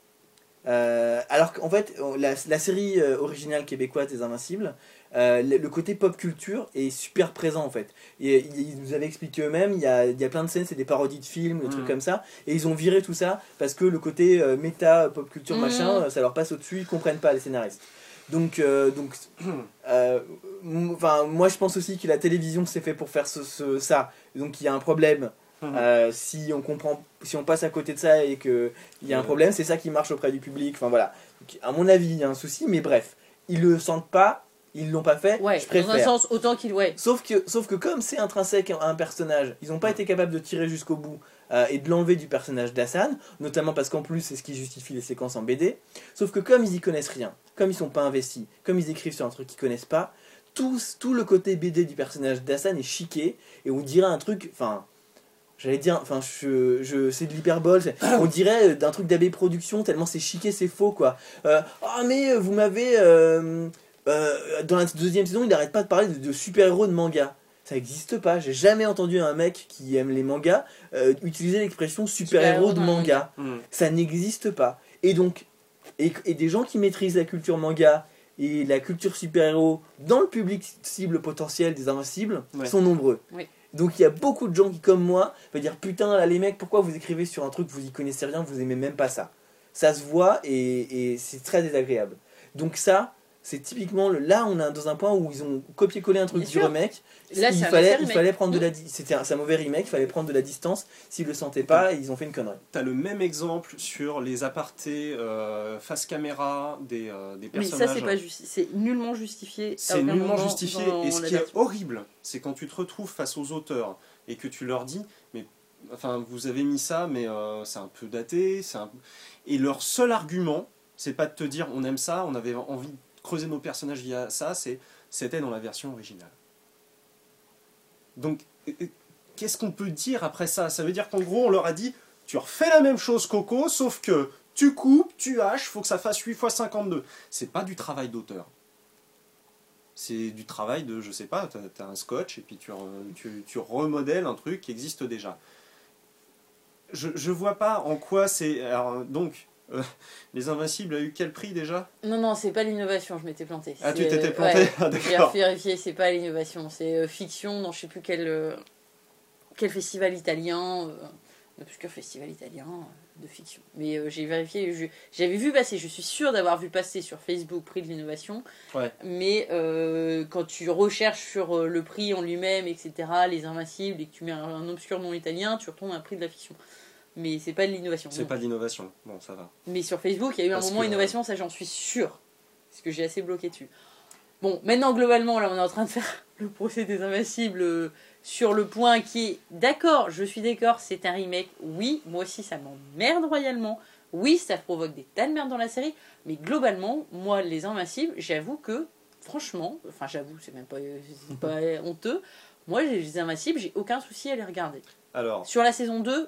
Euh, alors qu'en fait, la, la série originale québécoise des Invincibles, euh, le, le côté pop culture est super présent en fait. Et, ils nous avaient expliqué eux-mêmes, il y a, il y a plein de scènes, c'est des parodies de films, des mmh. trucs comme ça, et ils ont viré tout ça parce que le côté euh, méta, pop culture, mmh. machin, ça leur passe au-dessus, ils comprennent pas les scénaristes. Donc, euh, donc euh, enfin, moi je pense aussi que la télévision c'est fait pour faire ce, ce, ça, donc il y a un problème. Mmh. Euh, si on comprend, si on passe à côté de ça et qu'il y a un problème, c'est ça qui marche auprès du public. Enfin voilà. Donc, à mon avis, il y a un souci, mais bref, ils le sentent pas, ils l'ont pas fait. Ouais, je préfère. dans un sens, autant qu'ils, ouais. Sauf que, sauf que comme c'est intrinsèque à un personnage, ils n'ont pas été capables de tirer jusqu'au bout euh, et de l'enlever du personnage d'Hassan, notamment parce qu'en plus c'est ce qui justifie les séquences en B D. Sauf que comme ils y connaissent rien, comme ils sont pas investis, comme ils écrivent sur un truc qu'ils connaissent pas, tout, tout le côté B D du personnage d'Hassan est chiqué et on dirait un truc, enfin. J'allais dire, enfin, je, je, c'est de l'hyperbole, on dirait d'un truc d'A B Productions, tellement c'est chiqué, c'est faux, quoi. Euh, ah, mais vous m'avez. Euh, euh, dans la deuxième saison, il n'arrête pas de parler de, de super-héros de manga. Ça n'existe pas, j'ai jamais entendu un mec qui aime les mangas euh, utiliser l'expression super-héros de manga. Mmh. Ça n'existe pas. Et donc, et, et des gens qui maîtrisent la culture manga et la culture super-héros dans le public cible potentiel des Invincibles ouais. sont nombreux. Oui. Donc il y a beaucoup de gens qui, comme moi, vont dire putain là les mecs, pourquoi vous écrivez sur un truc, vous y connaissez rien, vous aimez même pas ça. Ça se voit et, et c'est très désagréable. Donc ça, c'est typiquement le, là on est dans un point où ils ont copié-collé un truc Bien du sûr. remake. Là, il, fallait, il fallait prendre de la c'était un, un mauvais remake, il fallait prendre de la distance. S'ils le sentaient pas, ils ont fait une connerie. T'as le même exemple sur les apartés euh, face caméra des, euh, des personnages. Mais ça c'est pas justi- c'est nullement justifié. C'est nullement justifié. Et ce qui est horrible, c'est quand tu te retrouves face aux auteurs et que tu leur dis, mais enfin vous avez mis ça, mais euh, c'est un peu daté, c'est un... et leur seul argument, c'est pas de te dire on aime ça, on avait envie de creuser nos personnages via ça, c'est c'était dans la version originale. Donc, qu'est-ce qu'on peut dire après ça? Ça veut dire qu'en gros, on leur a dit, tu refais la même chose Coco, sauf que tu coupes, tu haches, faut que ça fasse huit fois cinquante-deux. C'est pas du travail d'auteur. C'est du travail de, je sais pas, t'as, t'as un scotch et puis tu, tu, tu remodèles un truc qui existe déjà. Je, je vois pas en quoi c'est... Alors, donc... Euh, les Invincibles a eu quel prix déjà? Non, non, c'est pas l'innovation, je m'étais plantée. Ah, c'est, tu t'étais euh, planté ouais, ah, d'accord. J'ai vérifié, c'est pas l'innovation, c'est euh, fiction dans je sais plus quel, euh, quel festival italien, euh, plus qu'un festival italien euh, de fiction. Mais euh, j'ai vérifié, je, j'avais vu passer, je suis sûre d'avoir vu passer sur Facebook prix de l'innovation, ouais. mais euh, quand tu recherches sur euh, le prix en lui-même, et cetera, les Invincibles, et que tu mets un, un obscur nom italien, tu retombes un prix de la fiction. Mais c'est pas de l'innovation. C'est non. pas de l'innovation, bon ça va. Mais sur Facebook, il y a eu Parce un moment que... innovation, ça j'en suis sûre. Parce que j'ai assez bloqué dessus. Bon, maintenant globalement, là on est en train de faire le procès des Invincibles euh, sur le point qui est, d'accord, je suis d'accord, c'est un remake. Oui, moi aussi ça m'emmerde royalement. Oui, ça provoque des tas de merde dans la série. Mais globalement, moi les Invincibles, j'avoue que, franchement, enfin j'avoue, c'est même pas, c'est pas honteux. Moi les Invincibles, j'ai aucun souci à les regarder. Alors, sur la saison deux,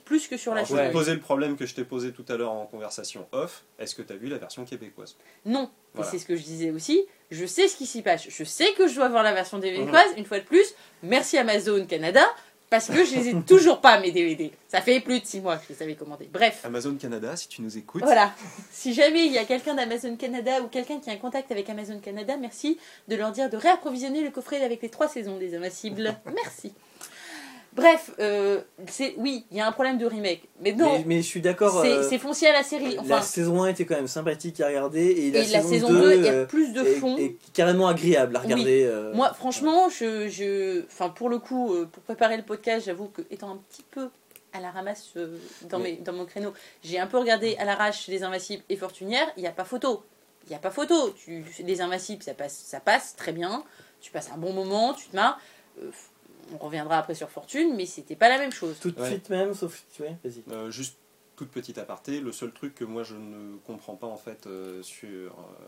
plus que sur la Alors, je série. vais te poser le problème que je t'ai posé tout à l'heure en conversation off. Est-ce que tu as vu la version québécoise? Non, Voilà. et c'est ce que je disais aussi. Je sais ce qui s'y passe. Je sais que je dois voir la version québécoise, mmh. une fois de plus. Merci Amazon Canada, parce que je les ai toujours pas, mes D V D. Ça fait plus de six mois que je les avais commandés. Bref. Amazon Canada, si tu nous écoutes. Voilà. Si jamais il y a quelqu'un d'Amazon Canada ou quelqu'un qui a un contact avec Amazon Canada, merci de leur dire de réapprovisionner le coffret avec les trois saisons des Invincibles. Merci. Bref, euh, c'est, oui, il y a un problème de remake. Mais non, mais, mais je suis d'accord. C'est, euh, c'est foncier à la série. Enfin, la saison un était quand même sympathique à regarder. Et la, et la saison, saison deux, deux, il y a euh, plus de est- fond. est carrément agréable à regarder. Oui. euh, Moi, franchement, je, je, enfin, pour le coup, euh, pour préparer le podcast, j'avoue que étant un petit peu à la ramasse euh, dans, Oui. mes, dans mon créneau, j'ai un peu regardé à l'arrache Les Invincibles et Fortunière. Il n'y a pas photo. Il n'y a pas photo. Tu, les Invincibles, ça passe, ça passe très bien. Tu passes un bon moment, tu te marres. Euh, on reviendra après sur Fortune, mais c'était pas la même chose. Tout de Ouais. suite même, sauf. Ouais, vas-y. Euh, juste toute petite aparté, le seul truc que moi je ne comprends pas en fait euh, sur euh,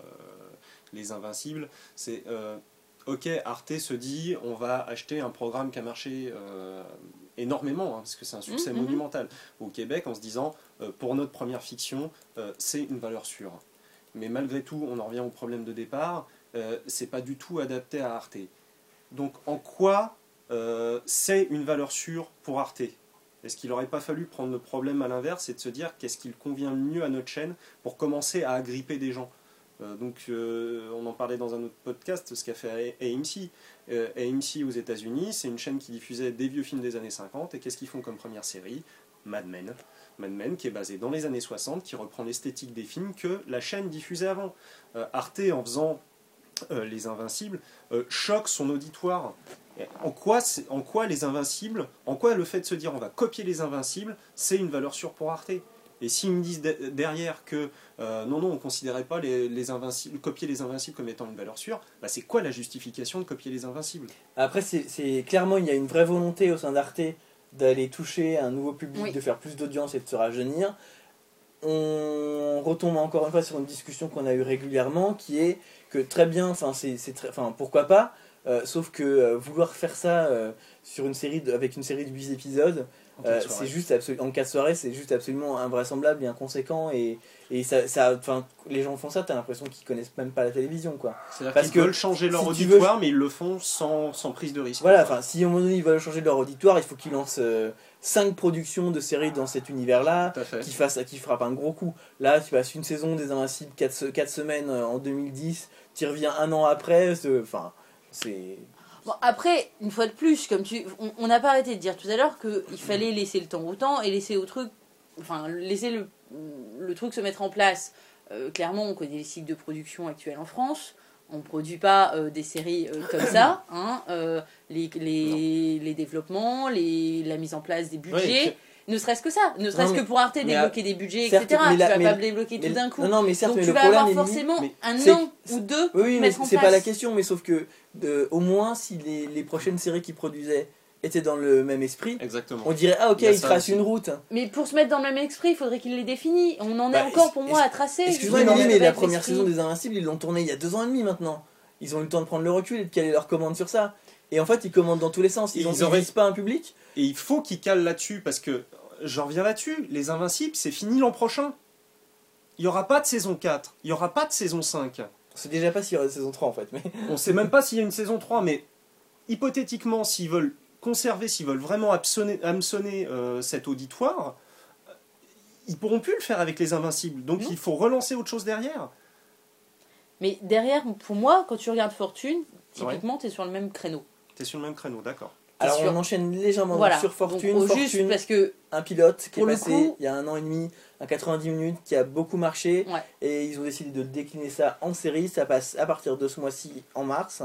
les Invincibles, c'est euh, ok, Arte se dit on va acheter un programme qui a marché euh, énormément, hein, parce que c'est un succès Mmh, monumental au Québec, en se disant euh, pour notre première fiction, euh, c'est une valeur sûre. Mais malgré tout, on en revient au problème de départ, euh, c'est pas du tout adapté à Arte. Donc en quoi euh, c'est une valeur sûre pour Arte? Est-ce qu'il n'aurait pas fallu prendre le problème à l'inverse et de se dire qu'est-ce qu'il convient le mieux à notre chaîne pour commencer à agripper des gens? euh, Donc euh, on en parlait dans un autre podcast, ce qu'a fait A M C. Euh, A M C aux États-Unis, c'est une chaîne qui diffusait des vieux films des années cinquante, et qu'est-ce qu'ils font comme première série? Mad Men. Mad Men qui est basé dans les années soixante, qui reprend l'esthétique des films que la chaîne diffusait avant. Euh, Arte, en faisant euh, Les Invincibles, euh, choque son auditoire. En quoi, c'est- en quoi les Invincibles, en quoi le fait de se dire on va copier les Invincibles, c'est une valeur sûre pour Arte? Et s'ils me disent de- derrière que euh, non, non, on ne considérait pas les, les Invincibles, copier les Invincibles comme étant une valeur sûre, bah c'est quoi la justification de copier les Invincibles? Après, c'est, c'est clairement, il y a une vraie volonté au sein d'Arte d'aller toucher un nouveau public, Oui. de faire plus d'audience et de se rajeunir. On retombe encore une fois sur une discussion qu'on a eue régulièrement, qui est que très bien, enfin, c'est, c'est très, enfin, pourquoi pas, euh, sauf que euh, vouloir faire ça euh, sur une série de- avec une série de huit épisodes, En euh, quatre soirées. c'est juste absolu- en quatre soirées, c'est juste absolument invraisemblable et inconséquent, et, et ça, ça, enfin, les gens font ça, t'as l'impression qu'ils connaissent même pas la télévision, quoi. C'est-à-dire parce qu'ils que veulent changer leur si tu auditoire, mais ils le font sans, sans prise de risque. Voilà, enfin, si à un moment donné ils veulent changer leur auditoire, il faut qu'ils lancent cinq productions de séries dans cet univers-là, Tout à fait. qui, fassent, qui frappent un gros coup. Là, tu passes une saison des Invincibles, quatre semaines euh, en deux mille dix, tu reviens un an après, c'est- enfin, c'est... Bon, après, une fois de plus, comme tu, on- on n'a pas arrêté de dire tout à l'heure qu'il fallait laisser le temps au temps et laisser au truc, enfin, laisser le, le truc se mettre en place. Euh, clairement, on connaît les cycles de production actuels en France. On ne produit pas euh, des séries euh, comme ça. Hein, euh, les, les, les développements, les, la mise en place des budgets. Ouais, ne serait-ce que ça. Ne serait-ce Non, mais- que pour Arte mais débloquer des budgets, certes, et cetera. mais Tu la- vas mais- pas débloquer mais- tout d'un coup. Non, non, mais certes, Donc mais tu le vas problème avoir est limite- forcément mais un c'est- an ou deux Oui, oui, pour mais mettre en c'est place. pas la question, mais sauf que euh, au moins si les, les prochaines séries qu'ils produisaient étaient dans le même esprit, Exactement. on dirait ah ok, Il y a ils ça tracent aussi. une route. Mais pour se mettre dans le même esprit, il faudrait qu'il les définisse. On en est Bah, encore pour est-ce- moi à tracer. Excuse-moi, justement, Émilie, dans mais le la même première esprit. saison des Invincibles, ils l'ont tournée il y a deux ans et demi maintenant. Ils ont eu le temps de prendre le recul et de caler leurs commandes sur ça. Et en fait, ils commandent dans tous les sens. Ils, Ils ont, ils auraient- visent pas un public. Et il faut qu'ils calent là-dessus, parce que, j'en reviens là-dessus, les Invincibles, c'est fini l'an prochain. Il n'y aura pas de saison quatre, il n'y aura pas de saison cinq. On sait déjà pas s'il y aura une saison trois en fait. Mais... On ne sait même pas s'il y a une saison trois, mais hypothétiquement, s'ils veulent conserver, s'ils veulent vraiment hameçonner, hameçonner euh, cet auditoire, ils pourront plus le faire avec les Invincibles. Donc Non. il faut relancer autre chose derrière. Mais derrière, pour moi, quand tu regardes Fortune, typiquement, tu es sur le même créneau. T'es sur le même créneau, d'accord. Alors sûr. on enchaîne légèrement Voilà. sur Fortune. Donc, au Fortune, juste parce que, un pilote qui pour est le passé coup- il y a un an et demi, un quatre-vingt-dix minutes, qui a beaucoup marché. ouais. Et ils ont décidé de décliner ça en série. Ça passe à partir de ce mois-ci, en mars.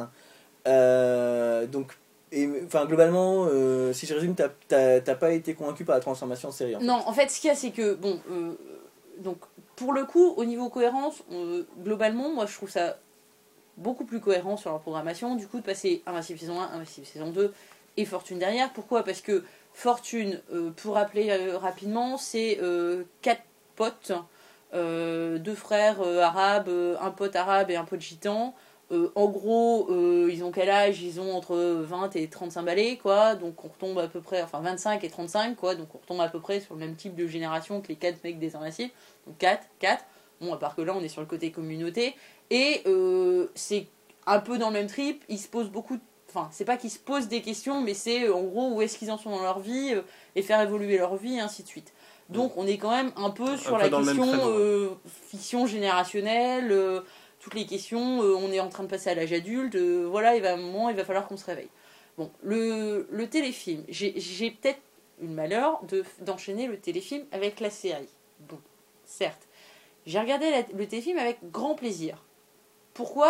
Euh, donc, et, enfin, globalement, euh, si je résume, t'as- t'as t'as pas été convaincu par la transformation en série. En fait. Non, en fait, ce qu'il y a, c'est que, bon, euh, donc, pour le coup, au niveau cohérence, euh, globalement, moi, je trouve ça beaucoup plus cohérent sur leur programmation. Du coup, de passer Invincible saison un, Invincible saison deux et Fortune derrière. Pourquoi ? Parce que Fortune, euh, pour rappeler euh, rapidement, c'est euh, quatre potes, euh, deux frères euh, arabes, euh, un pote arabe et un pote gitan, Euh, en gros, euh, ils ont quel âge? Ils ont entre vingt et trente-cinq balais, quoi. Donc on retombe à peu près, enfin vingt-cinq et trente-cinq, quoi. Donc on retombe à peu près sur le même type de génération que les quatre mecs des Invincibles. Donc quatre, quatre. Bon, à part que là, on est sur le côté communauté. Et euh, c'est un peu dans le même trip. Ils se posent beaucoup de... Enfin, c'est pas qu'ils se posent des questions, mais c'est en gros où est-ce qu'ils en sont dans leur vie euh, et faire évoluer leur vie, et ainsi de suite. Donc on est quand même un peu sur un peu la question créneau, euh, fiction générationnelle... Euh, toutes les questions, euh, on est en train de passer à l'âge adulte, euh, voilà, il va un moment, il va falloir qu'on se réveille. Bon, le, le téléfilm, j'ai, j'ai peut-être eu le malheur de, d'enchaîner le téléfilm avec la série. Bon, certes. J'ai regardé la, le téléfilm avec grand plaisir. Pourquoi ?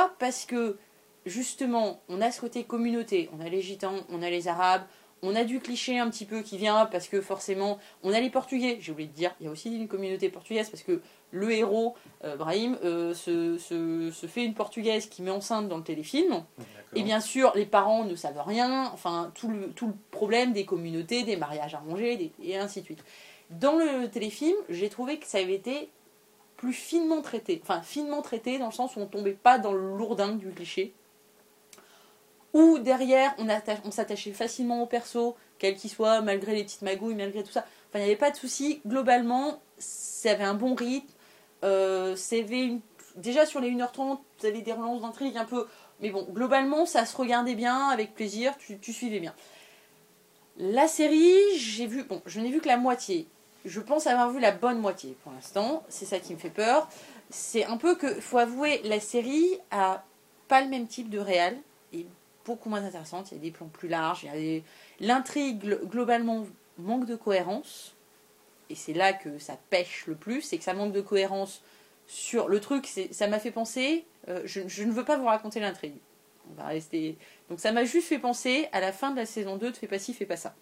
Parce que, justement, on a ce côté communauté, on a les gitans, on a les arabes, on a du cliché un petit peu qui vient parce que forcément, on a les portugais, j'ai oublié de dire, il y a aussi une communauté portugaise parce que le héros, euh, Brahim, euh, se, se, se fait une portugaise qui met enceinte dans le téléfilm. D'accord. Et bien sûr, les parents ne savent rien, enfin, tout le, tout le problème des communautés, des mariages arrangés, des, et ainsi de suite. Dans le téléfilm, j'ai trouvé que ça avait été plus finement traité, enfin, finement traité dans le sens où on tombait pas dans le lourdingue du cliché. Ou derrière, on, attache, on s'attachait facilement au perso, quel qu'il soit, malgré les petites magouilles, malgré tout ça. Enfin, il n'y avait pas de souci. Globalement, ça avait un bon rythme. Euh, une... Déjà, sur les une heure trente, vous avez des relances d'intrigue un peu... Mais bon, globalement, ça se regardait bien, avec plaisir, tu, tu suivais bien. La série, j'ai vu... Bon, je n'ai vu que la moitié. Je pense avoir vu la bonne moitié, pour l'instant. C'est ça qui me fait peur. C'est un peu que... faut avouer, la série a pas le même type de réal. Et beaucoup moins intéressante, il y a des plans plus larges, il y a des... l'intrigue globalement manque de cohérence, et c'est là que ça pêche le plus, c'est que ça manque de cohérence sur le truc, c'est... ça m'a fait penser, euh, je, je ne veux pas vous raconter l'intrigue, on va rester... donc ça m'a juste fait penser à la fin de la saison deux de Fais pas ci, fais pas ça.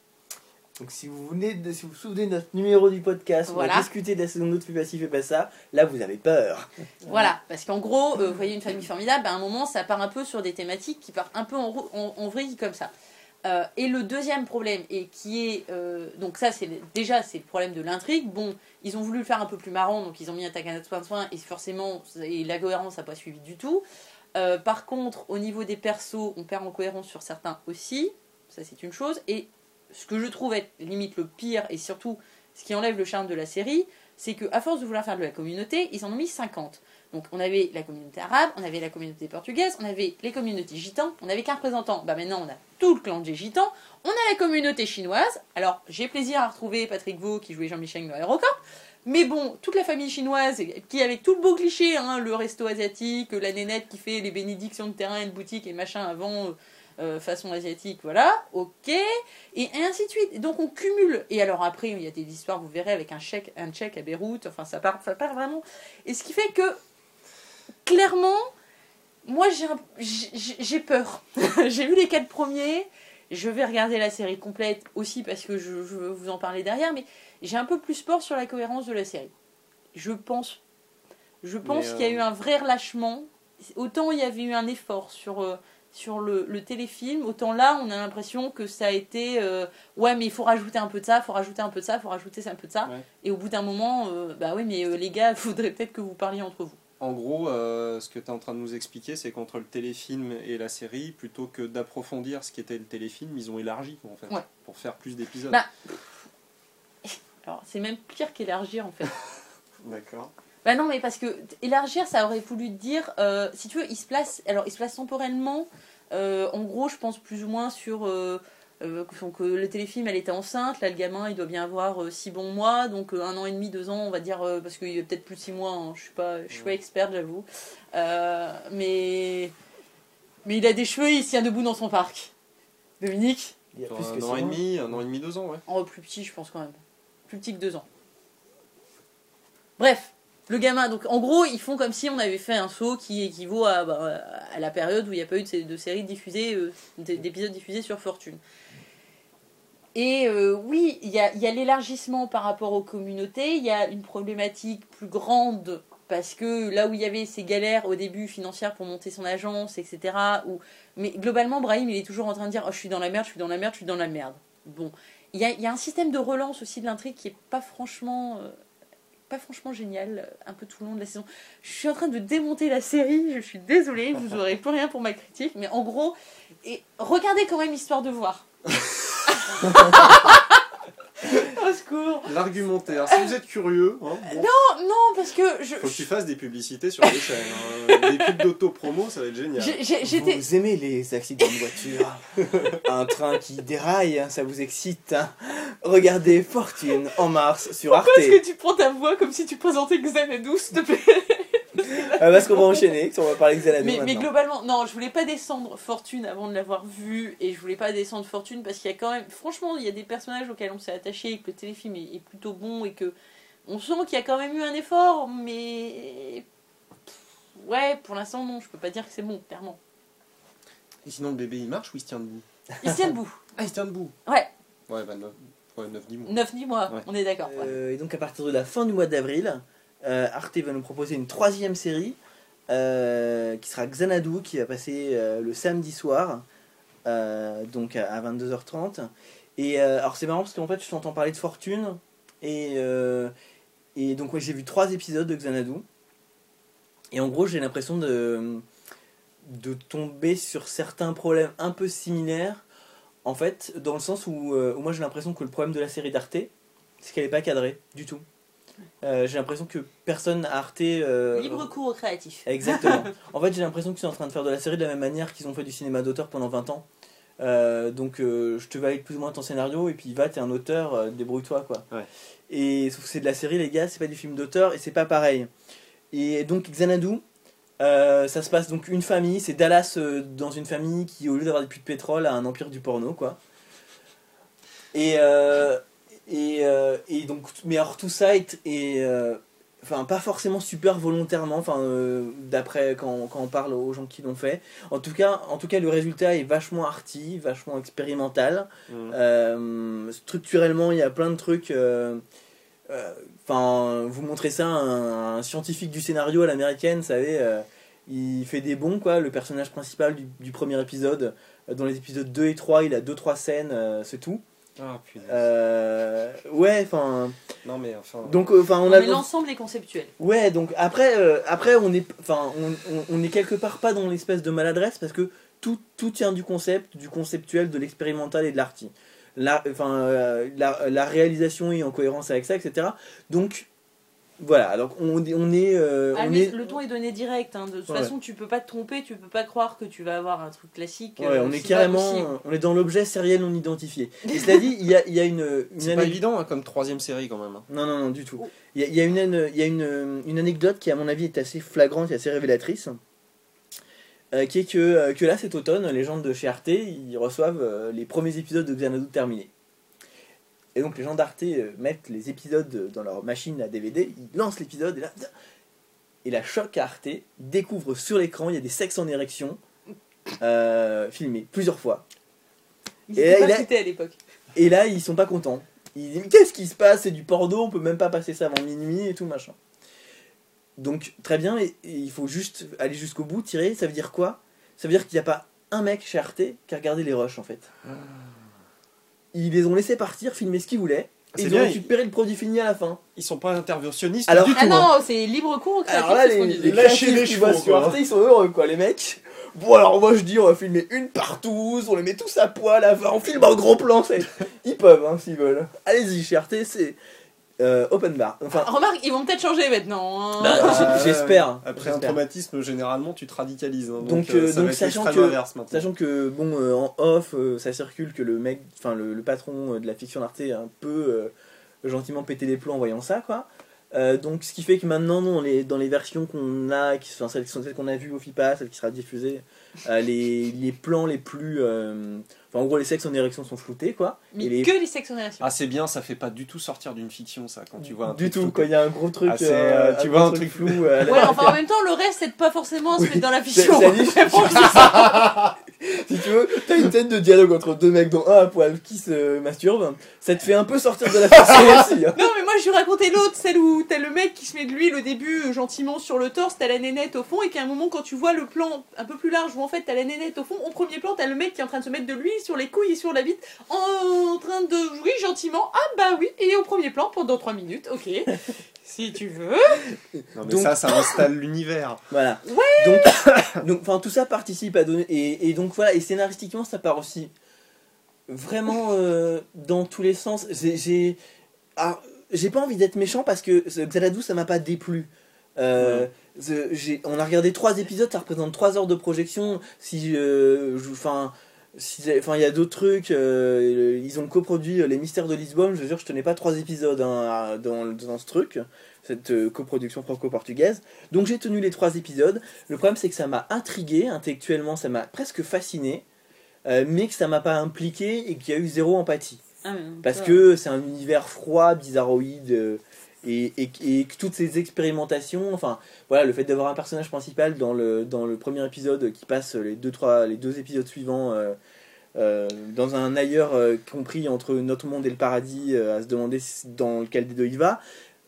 Donc si vous venez de, si vous vous souvenez de notre numéro du podcast, voilà. On a discuté de la saison deux de Fais pas ci, fais pas ça, là vous avez peur. Voilà, parce qu'en gros, euh, vous voyez Une famille formidable, à un moment ça part un peu sur des thématiques qui partent un peu en, en, en vrille comme ça. Euh, et le deuxième problème, et qui est... Euh, donc ça, c'est déjà, c'est le problème de l'intrigue. Bon, ils ont voulu le faire un peu plus marrant, donc ils ont mis un tac à notre soin, et forcément, et la cohérence n'a pas suivi du tout. Euh, par contre, au niveau des persos, on perd en cohérence sur certains aussi. Ça, c'est une chose. Et ce que je trouve être limite le pire, et surtout ce qui enlève le charme de la série, c'est qu'à force de vouloir faire de la communauté, ils en ont mis cinquante. Donc on avait la communauté arabe, on avait la communauté portugaise, on avait les communautés gitanes, on n'avait qu'un représentant. Bah maintenant on a tout le clan des gitans, on a la communauté chinoise. Alors j'ai plaisir à retrouver Patrick Vaux qui jouait Jean-Michel dans Aérocorp. Mais bon, toute la famille chinoise, qui avec tout le beau cliché, hein, le resto asiatique, la nénette qui fait les bénédictions de terrain et de boutique et machin avant... Euh, façon asiatique, voilà, ok, et, et ainsi de suite. Et donc on cumule. Et alors après, il y a des histoires, vous verrez, avec un chèque, un chèque à Beyrouth, enfin ça part, ça part vraiment. Et ce qui fait que, clairement, moi j'ai, un, j'ai, j'ai peur. J'ai vu les quatre premiers, je vais regarder la série complète aussi parce que je, je veux vous en parler derrière, mais j'ai un peu plus peur sur la cohérence de la série. Je pense, je pense euh... qu'il y a eu un vrai relâchement. Autant il y avait eu un effort sur... Euh, sur le, le téléfilm, autant là on a l'impression que ça a été euh, ouais mais il faut rajouter un peu de ça, il faut rajouter un peu de ça, il faut rajouter un peu de ça, ouais. Et au bout d'un moment euh, bah oui mais euh, les gars, il faudrait peut-être que vous parliez entre vous. En gros, euh, ce que tu es en train de nous expliquer, c'est qu'entre le téléfilm et la série, plutôt que d'approfondir ce qui était le téléfilm, ils ont élargi en fait, ouais. Pour faire plus d'épisodes. Bah, alors c'est même pire qu'élargir en fait. D'accord. Bah non, mais parce que élargir, ça aurait voulu dire, euh, si tu veux, il se place, alors il se place temporellement, euh, en gros, je pense plus ou moins sur, euh, euh, donc euh, le téléfilm, elle était enceinte, là le gamin, il doit bien avoir euh, six bons mois, donc euh, un an et demi, deux ans, on va dire, euh, parce qu'il y a peut-être plus de six mois, hein, je suis pas, je suis pas experte, j'avoue, euh, mais, mais il a des cheveux, il se tient debout dans son parc. Dominique, il y a plus un que an et demi, un an et demi, deux ans, ouais. Oh, plus petit, je pense quand même, plus petit que deux ans. Bref. Le gamin, donc en gros, ils font comme si on avait fait un saut qui équivaut à, bah, à la période où il n'y a pas eu de, de séries diffusées, euh, d'épisodes diffusés sur Fortune. Et euh, oui, il y a, y a l'élargissement par rapport aux communautés, il y a une problématique plus grande, parce que là où il y avait ces galères au début financières pour monter son agence, et cetera. Où... Mais globalement, Brahim, il est toujours en train de dire oh, « je suis dans la merde, je suis dans la merde, je suis dans la merde ». Bon, il y a, y a un système de relance aussi de l'intrigue qui n'est pas franchement... Euh, pas franchement génial, un peu tout le long de la saison. Je suis en train de démonter la série, je suis désolée, vous aurez plus rien pour ma critique, mais en gros, et regardez quand même histoire de voir. Au secours. L'argumentaire, si vous êtes curieux, hein, bon, Non, non, parce que je. faut que tu fasses des publicités sur les chaînes. Hein. Des pubs d'auto-promo, ça va être génial. j'ai- j'ai- J'étais. Vous aimez les accidents de voiture? Un train qui déraille, ça vous excite, hein? Regardez Fortune en mars sur Arte. Pourquoi est-ce que tu prends ta voix comme si tu présentais Xanadu, s'il te plaît? Ah, parce qu'on va enchaîner, on va parler de Xanadu mais, mais maintenant. globalement, non, je voulais pas descendre Fortune avant de l'avoir vue, et je voulais pas descendre Fortune parce qu'il y a quand même, franchement, il y a des personnages auxquels on s'est attaché, et que le téléfilm est, est plutôt bon, et que on sent qu'il y a quand même eu un effort, mais pff, ouais, pour l'instant non, je peux pas dire que c'est bon, clairement. Et sinon, le bébé il marche ou il se tient debout? Il se tient debout. Ah, il se tient debout. Ouais, Ouais, bah neuf, ouais, neuf dix mois. neuf dix mois, Ouais. on est d'accord. ouais. Euh, et donc à partir de la fin du mois d'avril, euh, Arte va nous proposer une troisième série euh, qui sera Xanadu, qui va passer euh, le samedi soir, euh, donc à, à vingt-deux heures trente. Et euh, alors c'est marrant parce qu'en fait je t'entends parler de Fortune et, euh, et donc ouais, j'ai vu trois épisodes de Xanadu. Et en gros j'ai l'impression de, de tomber sur certains problèmes un peu similaires. En fait, dans le sens où, euh, où moi j'ai l'impression que le problème de la série d'Arte, c'est qu'elle n'est pas cadrée du tout. Euh, j'ai l'impression que personne à Arte... euh, Libre cours au créatif. Exactement. En fait, j'ai l'impression qu'ils sont en train de faire de la série de la même manière qu'ils ont fait du cinéma d'auteur pendant vingt ans. Euh, donc, euh, je te valide plus ou moins ton scénario, et puis va, t'es un auteur, euh, débrouille-toi, quoi. Ouais. Et sauf que c'est de la série, les gars, c'est pas du film d'auteur, et c'est pas pareil. Et donc, Xanadu, euh, ça se passe donc une famille, c'est Dallas euh, dans une famille qui, au lieu d'avoir des puits de pétrole, a un empire du porno, quoi. Et... Euh, Et, euh, et donc, mais alors tout ça est, est euh, enfin pas forcément super volontairement, enfin euh, d'après quand, quand on parle aux gens qui l'ont fait. En tout cas, en tout cas, le résultat est vachement arty, vachement expérimental. Mmh. Euh, structurellement, il y a plein de trucs. Enfin, euh, euh, vous montrez ça à un, un scientifique du scénario à l'américaine, vous savez. Euh, il fait des bons, quoi. Le personnage principal du, du premier épisode, euh, dans les épisodes deux et trois, il a deux trois scènes, euh, c'est tout. Ah, putain. Euh, ouais, enfin. Non, mais enfin. Donc, enfin, on Non, a. mais l'ensemble est conceptuel. Ouais, donc après, euh, après on est, enfin, on, on, on est quelque part pas dans l'espèce de maladresse parce que tout, tout tient du concept, du conceptuel, de l'expérimental et de l'arty. La, enfin, euh, la, la réalisation est en cohérence avec ça, et cetera. Donc, voilà. Donc, on, on est, euh, Ah, on mais est, le ton est donné direct. Hein. De toute Ouais. façon, tu peux pas te tromper, tu peux pas croire que tu vas avoir un truc classique. ouais, euh, on est c'est pas carrément, possible. on est dans l'objet sériel non identifié. Et cela dit, il y a, il y a une, une C'est pas anecdote- évident hein, comme troisième série quand même. Hein. Non, non, non, du tout. Oh. Il y a, il y a, une, il y a une, une anecdote qui, à mon avis, est assez flagrante et assez révélatrice. Euh, qui est que, euh, que là, cet automne, les gens de chez Arte, ils reçoivent euh, les premiers épisodes de Xanadu terminés. Et donc, les gens d'Arte euh, mettent les épisodes dans leur machine à D V D, ils lancent l'épisode, et là, et la choc à Arte découvre sur l'écran, il y a des sexes en érection, euh, filmés plusieurs fois. Ils Et étaient là, pas il a- foutés à l'époque. Et là, ils sont pas contents. Ils disent, mais qu'est-ce qui se passe? C'est du porno, on peut même pas passer ça avant minuit et tout, machin. Donc, très bien, et, et il faut juste aller jusqu'au bout, tirer. Ça veut dire quoi? Ça veut dire qu'il n'y a pas un mec chez Arte qui a regardé les rushs, en fait. Ils les ont laissés partir, filmer ce qu'ils voulaient, C'est et ils bien, ont récupéré le produit fini à la fin. Ils sont pas interventionnistes Alors- du tout. Ah hein. non, c'est libre cours au créatif. Alors là, c'est ce qu'on les, dit. les Lâchez créatifs les qui chevaux, bossent sur quoi. Arte, ils sont heureux, quoi, les mecs. Bon, alors moi je dis, on va filmer une partouze, on les met tous à poil, à on filme en gros plan, c'est... Ils peuvent, hein, s'ils veulent. Allez-y, chez Arte, c'est euh, open bar. Enfin, Remarque, ils vont peut-être changer maintenant. hein. Bah, Ah, j'- j'espère. Après un J'espère. traumatisme, généralement, tu te radicalises. hein. donc, Donc, euh, euh, ça donc, va être sachant l'extrême que- inverse maintenant. Sachant que, bon, euh, en off, euh, ça circule que le mec, enfin le, le patron euh, de la fiction d'Arte a un peu euh, gentiment pété les plombs en voyant ça, quoi. Euh, donc, ce qui fait que maintenant, dans les, dans les versions qu'on a, qui sont celles, qui sont celles qu'on a vues au FIPA, celles qui sera diffusée, euh, les, les plans les plus. euh, Enfin, en gros, les sexes en érection sont floutés, quoi. Mais Et les- que les sexes en relation. Ah, c'est bien, ça fait pas du tout sortir d'une fiction, ça, quand tu vois un du truc tout, flou. quand il y a un gros truc, Ah, c'est, euh, euh, tu un vois gros un truc flou. euh, à la- Ouais, enfin en même temps, le reste, c'est pas forcément se Oui. mettre dans la Ça- fiction. ça dit, si tu veux, t'as une scène de dialogue entre deux mecs, dont un à poil qui se masturbe, ça te fait un peu sortir de la fiction aussi. Hein. Non, mais moi je lui racontais l'autre, celle où t'as le mec qui se met de l'huile au début, euh, gentiment sur le torse, t'as la nénette au fond, et qu'à un moment, quand tu vois le plan un peu plus large, où en fait t'as la nénette au fond, au premier plan t'as le mec qui est en train de se mettre de l'huile sur les couilles et sur la bite, en train de jouer gentiment. Ah bah oui, et au premier plan pendant trois minutes, ok, si tu veux. Non mais Donc- ça, ça installe l'univers. Voilà. Ouais. Donc, donc, enfin, tout ça participe à donner. Et, et donc voilà, et scénaristiquement, ça part aussi vraiment euh, dans tous les sens. J'ai, j'ai, ah, j'ai pas envie d'être méchant parce que ce Xanadu, ça m'a pas déplu. Euh, ce- j'ai, on a regardé trois épisodes, ça représente trois heures de projection. Si, euh, je- enfin. Si, enfin, il y a d'autres trucs. euh, ils ont coproduit Les Mystères de Lisbonne. Je veux dire, je tenais pas trois épisodes hein, dans, dans ce truc, cette euh, coproduction franco-portugaise. Donc j'ai tenu les trois épisodes. Le problème, c'est que ça m'a intrigué intellectuellement, ça m'a presque fasciné, euh, mais que ça m'a pas impliqué et qu'il y a eu zéro empathie. Ah, mais, Parce ça, que c'est un univers froid, bizarroïde, euh, et, et, et que toutes ces expérimentations, enfin voilà, le fait d'avoir un personnage principal dans le, dans le premier épisode qui passe les deux, trois, les deux épisodes suivants euh, euh, dans un ailleurs euh, compris entre notre monde et le paradis, euh, à se demander si- dans lequel des deux il va.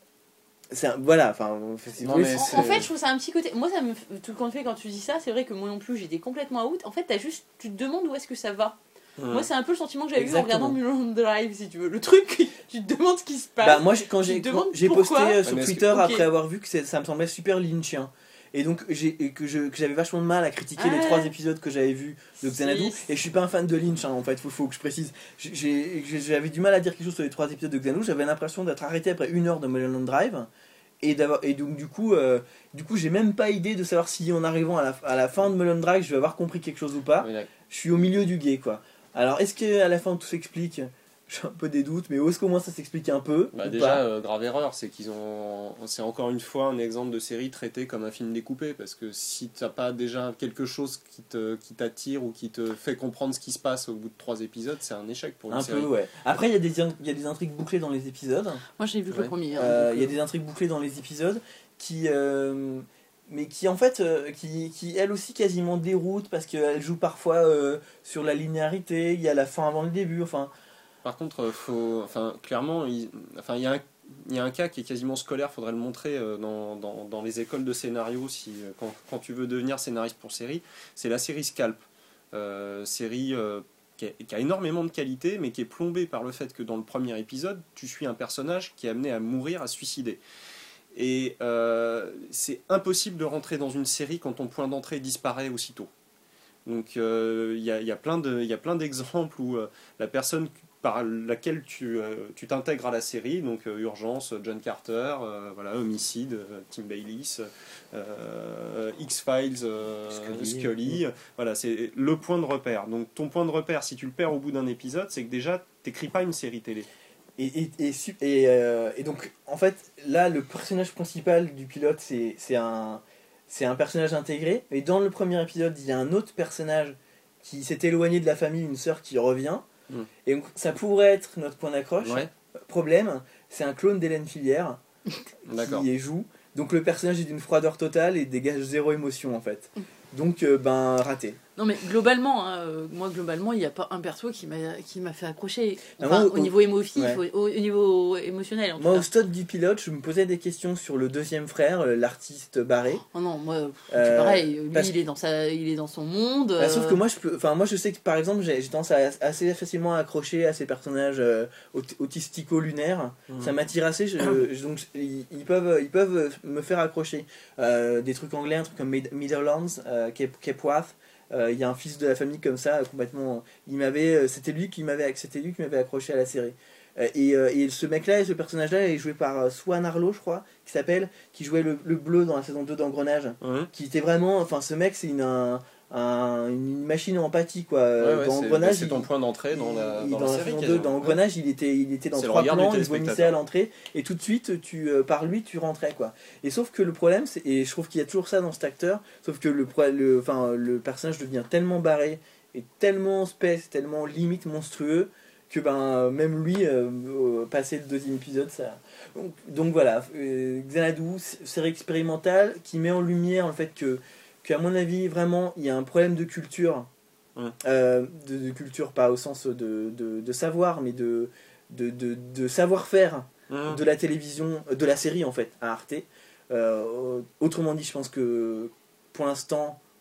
C'est un- voilà, enfin, c'est- Non, oui, mais c'est- En, en fait, je trouve ça un petit côté. Moi, ça me f- tout compte fait quand tu dis ça, c'est vrai que moi non plus, j'étais complètement out. En fait, t'as juste, tu te demandes où est-ce que ça va. Hum. Moi, c'est un peu le sentiment que j'avais eu en Exactement. regardant Mulholland Drive, si tu veux. Le truc, tu te demandes ce qui se passe. Bah, moi, j'ai- quand Tu j'ai te demandes quand j'ai posté pourquoi. euh, sur Ouais, mais est-ce Twitter que- ok. après avoir vu que c'est- ça me semblait super lynchien. Et donc, j'ai, et que, je, que j'avais vachement de mal à critiquer les Ouais. trois épisodes que j'avais vus de Xanadu. Si. Et je suis pas un fan de Lynch, hein, en fait, faut, faut que je précise. J'ai- j'ai- J'avais du mal à dire quelque chose sur les trois épisodes de Xanadu. J'avais l'impression d'être arrêté après une heure de Mulholland Drive. Et, d'avoir, et donc, du coup, euh, du coup, j'ai même pas idée de savoir si en arrivant à la, à la fin de Mulholland Drive, je vais avoir compris quelque chose ou pas. Oui, d'accord. Je suis au milieu du guet, quoi. Alors, est-ce qu'à la fin tout s'explique? J'ai un peu des doutes, mais est-ce qu'au moins ça s'explique un peu Bah ou déjà, pas euh, grave erreur, c'est qu'ils ont. C'est encore une fois un exemple de série traitée comme un film découpé, parce que si t'as pas déjà quelque chose qui te qui t'attire ou qui te fait comprendre ce qui se passe au bout de trois épisodes, c'est un échec pour une Un série. peu, ouais. Après, il y, a des in- il y a des intrigues bouclées dans les épisodes. Moi, j'ai vu que Ouais. le premier. hein, Euh, donc, Il y a euh, des intrigues bouclées dans les épisodes qui. euh, mais qui, en fait, euh, qui, qui, elles aussi, quasiment déroutent parce qu'elles jouent parfois euh, sur la linéarité. Il y a la fin avant le début. Enfin, Par contre, euh, faut, enfin, clairement, il, enfin, il y a un, il y a un cas qui est quasiment scolaire. Faudrait le montrer euh, dans, dans, dans les écoles de scénario si euh, quand, quand tu veux devenir scénariste pour série. C'est la série Scalp, euh, série euh, qui, a, qui a énormément de qualité, mais qui est plombée par le fait que dans le premier épisode, tu suis un personnage qui est amené à mourir, à se suicider. Et euh, c'est impossible de rentrer dans une série quand ton point d'entrée disparaît aussitôt. Donc il euh, y, a, y a plein de, y a plein d'exemples où euh, la personne par laquelle tu euh, tu t'intègres à la série, donc euh, Urgence, John Carter, euh, voilà, Homicide, euh, Tim Bayliss, euh, X-Files, euh, Scully. Scully, voilà, c'est le point de repère. Donc ton point de repère, si tu le perds au bout d'un épisode, c'est que déjà t'écris pas une série télé. et, et, et, su- et, euh, et donc, en fait, là, le personnage principal du pilote, c'est c'est un, c'est un personnage intégré. Et dans le premier épisode, il y a un autre personnage qui s'est éloigné de la famille, une sœur qui revient. Mm. Et donc, ça pourrait être notre point d'accroche. Ouais, Problème, c'est un clone d'Hélène Filière d'accord. qui y joue. Donc le personnage est d'une froideur totale et dégage zéro émotion en fait. Donc euh, ben raté. Non, mais globalement, hein, euh, moi, globalement, il n'y a pas un perso qui m'a qui m'a fait accrocher. Ah, Enfin, moi, au, au- niveau émotif, ouais. au, au niveau émotionnel, en tout Moi cas. au stade du pilote, je me posais des questions sur le deuxième frère, euh, l'artiste barré. Oh non, moi, pff, c'est Euh, pareil. Lui, parce- il est dans sa, il est dans son monde. Bah, sauf euh, que moi je peux, enfin moi je sais que par exemple j'ai j'ai tendance à assez facilement accrocher à ces personnages euh, aut- autistico-lunaires. Mhm. Ça m'attire assez, je- je- donc ils, ils peuvent ils peuvent me faire accrocher. Euh, des trucs anglais, un truc comme Mid- Midlands, euh, Cape, Capeworth. Euh, Il y a un fils de la famille comme ça, euh, complètement. Il m'avait, euh, c'était lui qui m'avait, c'était lui qui m'avait accroché à la série. Euh, et, euh, et ce mec-là et ce personnage-là est joué par euh, Swan Arlo, je crois, qui s'appelle, qui jouait le, le bleu dans la saison deux d'Engrenage. Ouais. Qui était vraiment, enfin ce mec c'est une, un- un- une machine en empathie quoi. Ouais, ouais, dans c'est- Engrenage, c'est ton il- point d'entrée dans il- la, il- dans la série. saison deux, quasiment. dans Engrenage, il était, il était dans C'est le trois regard du plans, il téléspectateur. vomissait à l'entrée, et tout de suite, tu, euh, par lui, tu rentrais quoi. Et sauf que le problème, c'est, et je trouve qu'il y a toujours ça dans cet acteur, sauf que le, pro- le, enfin, le personnage devient tellement barré, et tellement space, tellement limite monstrueux, que ben même lui, euh, euh, passé le deuxième épisode, ça. Donc, donc voilà, euh, Xanadu, série expérimentale qui met en lumière le fait que, qu'à mon avis, vraiment, il y a un problème de culture. Ouais. Euh, de, de culture, pas au sens de, de, de savoir, mais de, de, de, de savoir-faire Mhm. de la télévision, de la série en fait, à Arte. Euh, autrement dit, je pense que pour l'instant,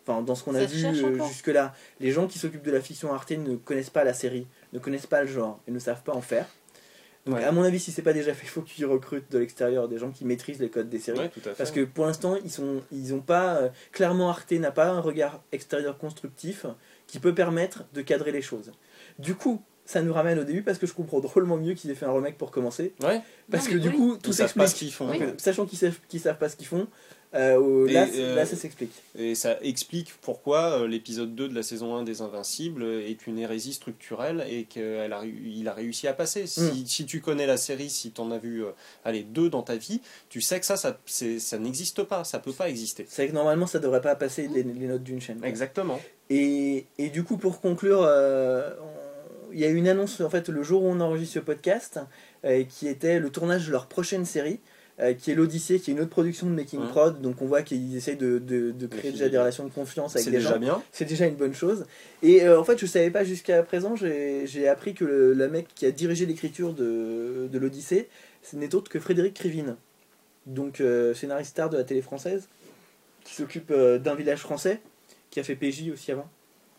Enfin, dans ce qu'on Ça a se vu cherche euh, encore. jusque-là, les gens qui s'occupent de la fiction Arte ne connaissent pas la série, ne connaissent pas le genre et ne savent pas en faire. Donc, Ouais. à mon avis, si c'est pas déjà fait, il faut qu'ils recrutent de l'extérieur des gens qui maîtrisent les codes des séries. Ouais, tout à fait. Parce que pour l'instant, ils sont, ils ont pas. euh, clairement, Arte n'a pas un regard extérieur constructif qui peut permettre de cadrer les choses. Du coup, ça nous ramène au début parce que je comprends drôlement mieux qu'ils aient fait un remake pour commencer. Ouais. Parce Non, que mais du oui. coup, tout Ils savent pas ce s'explique. qu'ils font. Oui. quoi. Sachant qu'ils savent, qu'ils savent pas ce qu'ils font, euh, au- Et, là, euh, là, ça s'explique. Et ça explique pourquoi euh, l'épisode deux de la saison un des Invincibles est une hérésie structurelle et qu'il a, il a réussi à passer. Si, Mm. si tu connais la série, si tu en as vu euh, allez, deux dans ta vie, tu sais que ça, ça, c'est- ça n'existe pas, ça peut pas exister. C'est que normalement, ça devrait pas passer les, les notes d'une chaîne. quoi. Exactement. Et, et du coup, pour conclure, euh, on- il y a eu une annonce en fait le jour où on enregistre ce podcast, euh, qui était le tournage de leur prochaine série, euh, qui est l'Odyssée, qui est une autre production de Making Mhm. Prod. Donc on voit qu'ils essayent de, de, de créer puis, déjà des relations de confiance avec C'est des déjà gens. bien. C'est déjà une bonne chose. Et euh, en fait, je savais pas jusqu'à présent, j'ai j'ai appris que le, le mec qui a dirigé l'écriture de, de l'Odyssée, ce n'est autre que Frédéric Krivine, donc euh, scénariste star de la télé française, qui s'occupe euh, d'un village français, qui a fait P J aussi avant.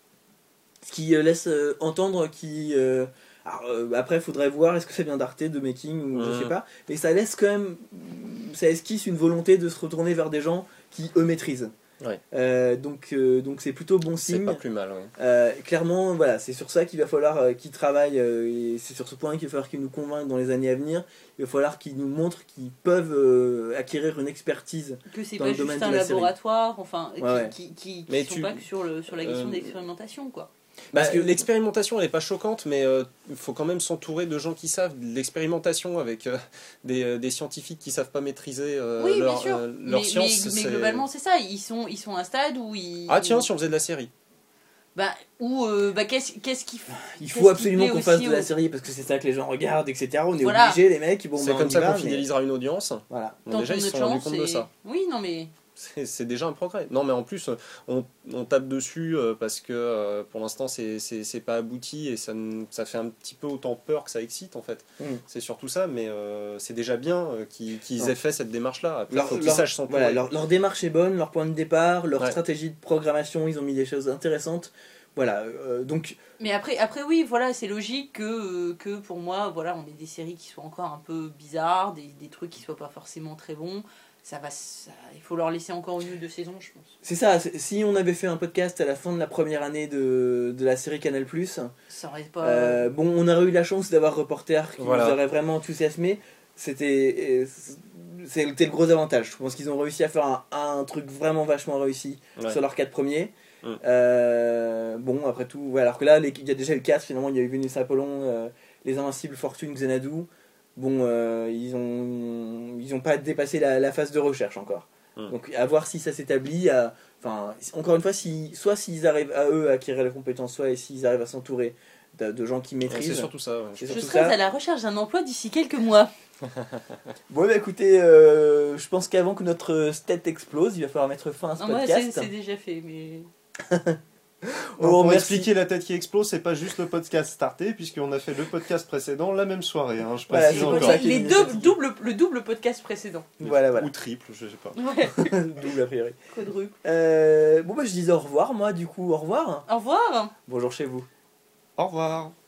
Ce qui euh, laisse euh, entendre qu'il. euh, alors, euh, après, il faudrait voir est-ce que ça vient d'Arte, de Making, ou je Mhm. sais pas. Mais ça laisse quand même. Ça esquisse une volonté de se retourner vers des gens qui eux maîtrisent. Ouais. Euh, donc, euh, donc c'est plutôt bon C'est signe. pas plus mal. Ouais. Euh, clairement, voilà, c'est sur ça qu'il va falloir euh, qu'ils travaillent, euh, et c'est sur ce point qu'il va falloir qu'ils nous convainquent dans les années à venir. Il va falloir qu'ils nous montrent qu'ils peuvent euh, acquérir une expertise. Que c'est dans pas le domaine juste de un la série. laboratoire, enfin, qui, Ouais, ouais. qui, qui, qui Mais sont tu- pas que sur, le, sur la question euh, de l'expérimentation, quoi. Parce Bah, que l'expérimentation, elle est pas choquante, mais euh, il faut quand même s'entourer de gens qui savent. L'expérimentation avec euh, des, euh, des scientifiques qui savent pas maîtriser euh, Oui, leur, bien sûr. euh, mais, leur mais- science. mais c'est- globalement, c'est ça. Ils sont, ils sont à un stade où ils. Ah tiens, si on faisait de la série. Bah, ou euh, bah, qu'est-ce qu'est-ce qui. Il Qu'est-ce faut qui absolument plaît qu'on fasse aussi de la au- série parce que c'est ça que les gens regardent, et cetera. On est Voilà. obligés, les mecs. Bon, C'est bah, on comme y ça va, qu'on mais- fidélisera une audience. Voilà. Bon, Tant déjà, qu'on ils a se de sont rendus chance compte de et- ça. Oui, non, mais. C'est c'est déjà un progrès. Non, mais en plus, on, on tape dessus euh, parce que euh, pour l'instant, c'est c'est- c'est pas abouti et ça, n- ça fait un petit peu autant peur que ça excite, en fait. Mm. C'est surtout ça, mais euh, c'est déjà bien euh, qu'ils qu'ils Non. aient fait cette démarche-là. Après, il Leur, faut qu'ils leur- sachent s'entourer. voilà, leur, leur démarche est bonne, leur point de départ, leur Ouais. stratégie de programmation, ils ont mis des choses intéressantes. Voilà, euh, donc Mais après, après oui, voilà, c'est logique que, euh, que pour moi, voilà, on ait des séries qui soient encore un peu bizarres, des, des trucs qui soient pas forcément très bons. Ça va, ça- il faut leur laisser encore une ou deux saisons, je pense. c'est ça. c'est- Si on avait fait un podcast à la fin de la première année de, de la série Canal+, Ça aurait pas. euh, bon, on aurait eu la chance d'avoir Reporter qui Voilà. nous aurait vraiment enthousiasmé. C'était, c'était le gros avantage. Je pense qu'ils ont réussi à faire un, un truc vraiment vachement réussi Ouais. sur leurs quatre premiers. Mm. Euh, bon, après tout, ouais, alors que là, les- il y a déjà le quatre, finalement, il y a eu Vénus Apollon, euh, Les Invincibles, Fortune, Xanadu. Bon, euh, ils ont ils ont pas dépassé la, la phase de recherche encore. Mm. Donc, à voir si ça s'établit. à- Enfin, encore une fois, si, soit s'ils arrivent à eux à acquérir la compétence, soit et s'ils arrivent à s'entourer de, de gens qui Ouais, maîtrisent. c'est surtout ça. ouais. C'est Je surtout serai ça. à la recherche d'un emploi d'ici quelques mois. Bon, bah écoutez, euh, je pense qu'avant que notre stat explose, il va falloir mettre fin à ce Non, moi, podcast. c'est c'est déjà fait, mais. Oh, pour merci. expliquer la tête qui explose, c'est pas juste le podcast starté, puisqu'on a fait le podcast précédent la même soirée. Hein, je Voilà, précise c'est pour encore. ça les qu'il est deux, fatigué. double, le double podcast précédent. Voilà, voilà. Ou triple, je sais pas. Ouais, Double a priori. quadruple. Euh, bon, bah je disais au revoir, moi, du coup, au revoir. Au revoir. Bonjour chez vous. Au revoir.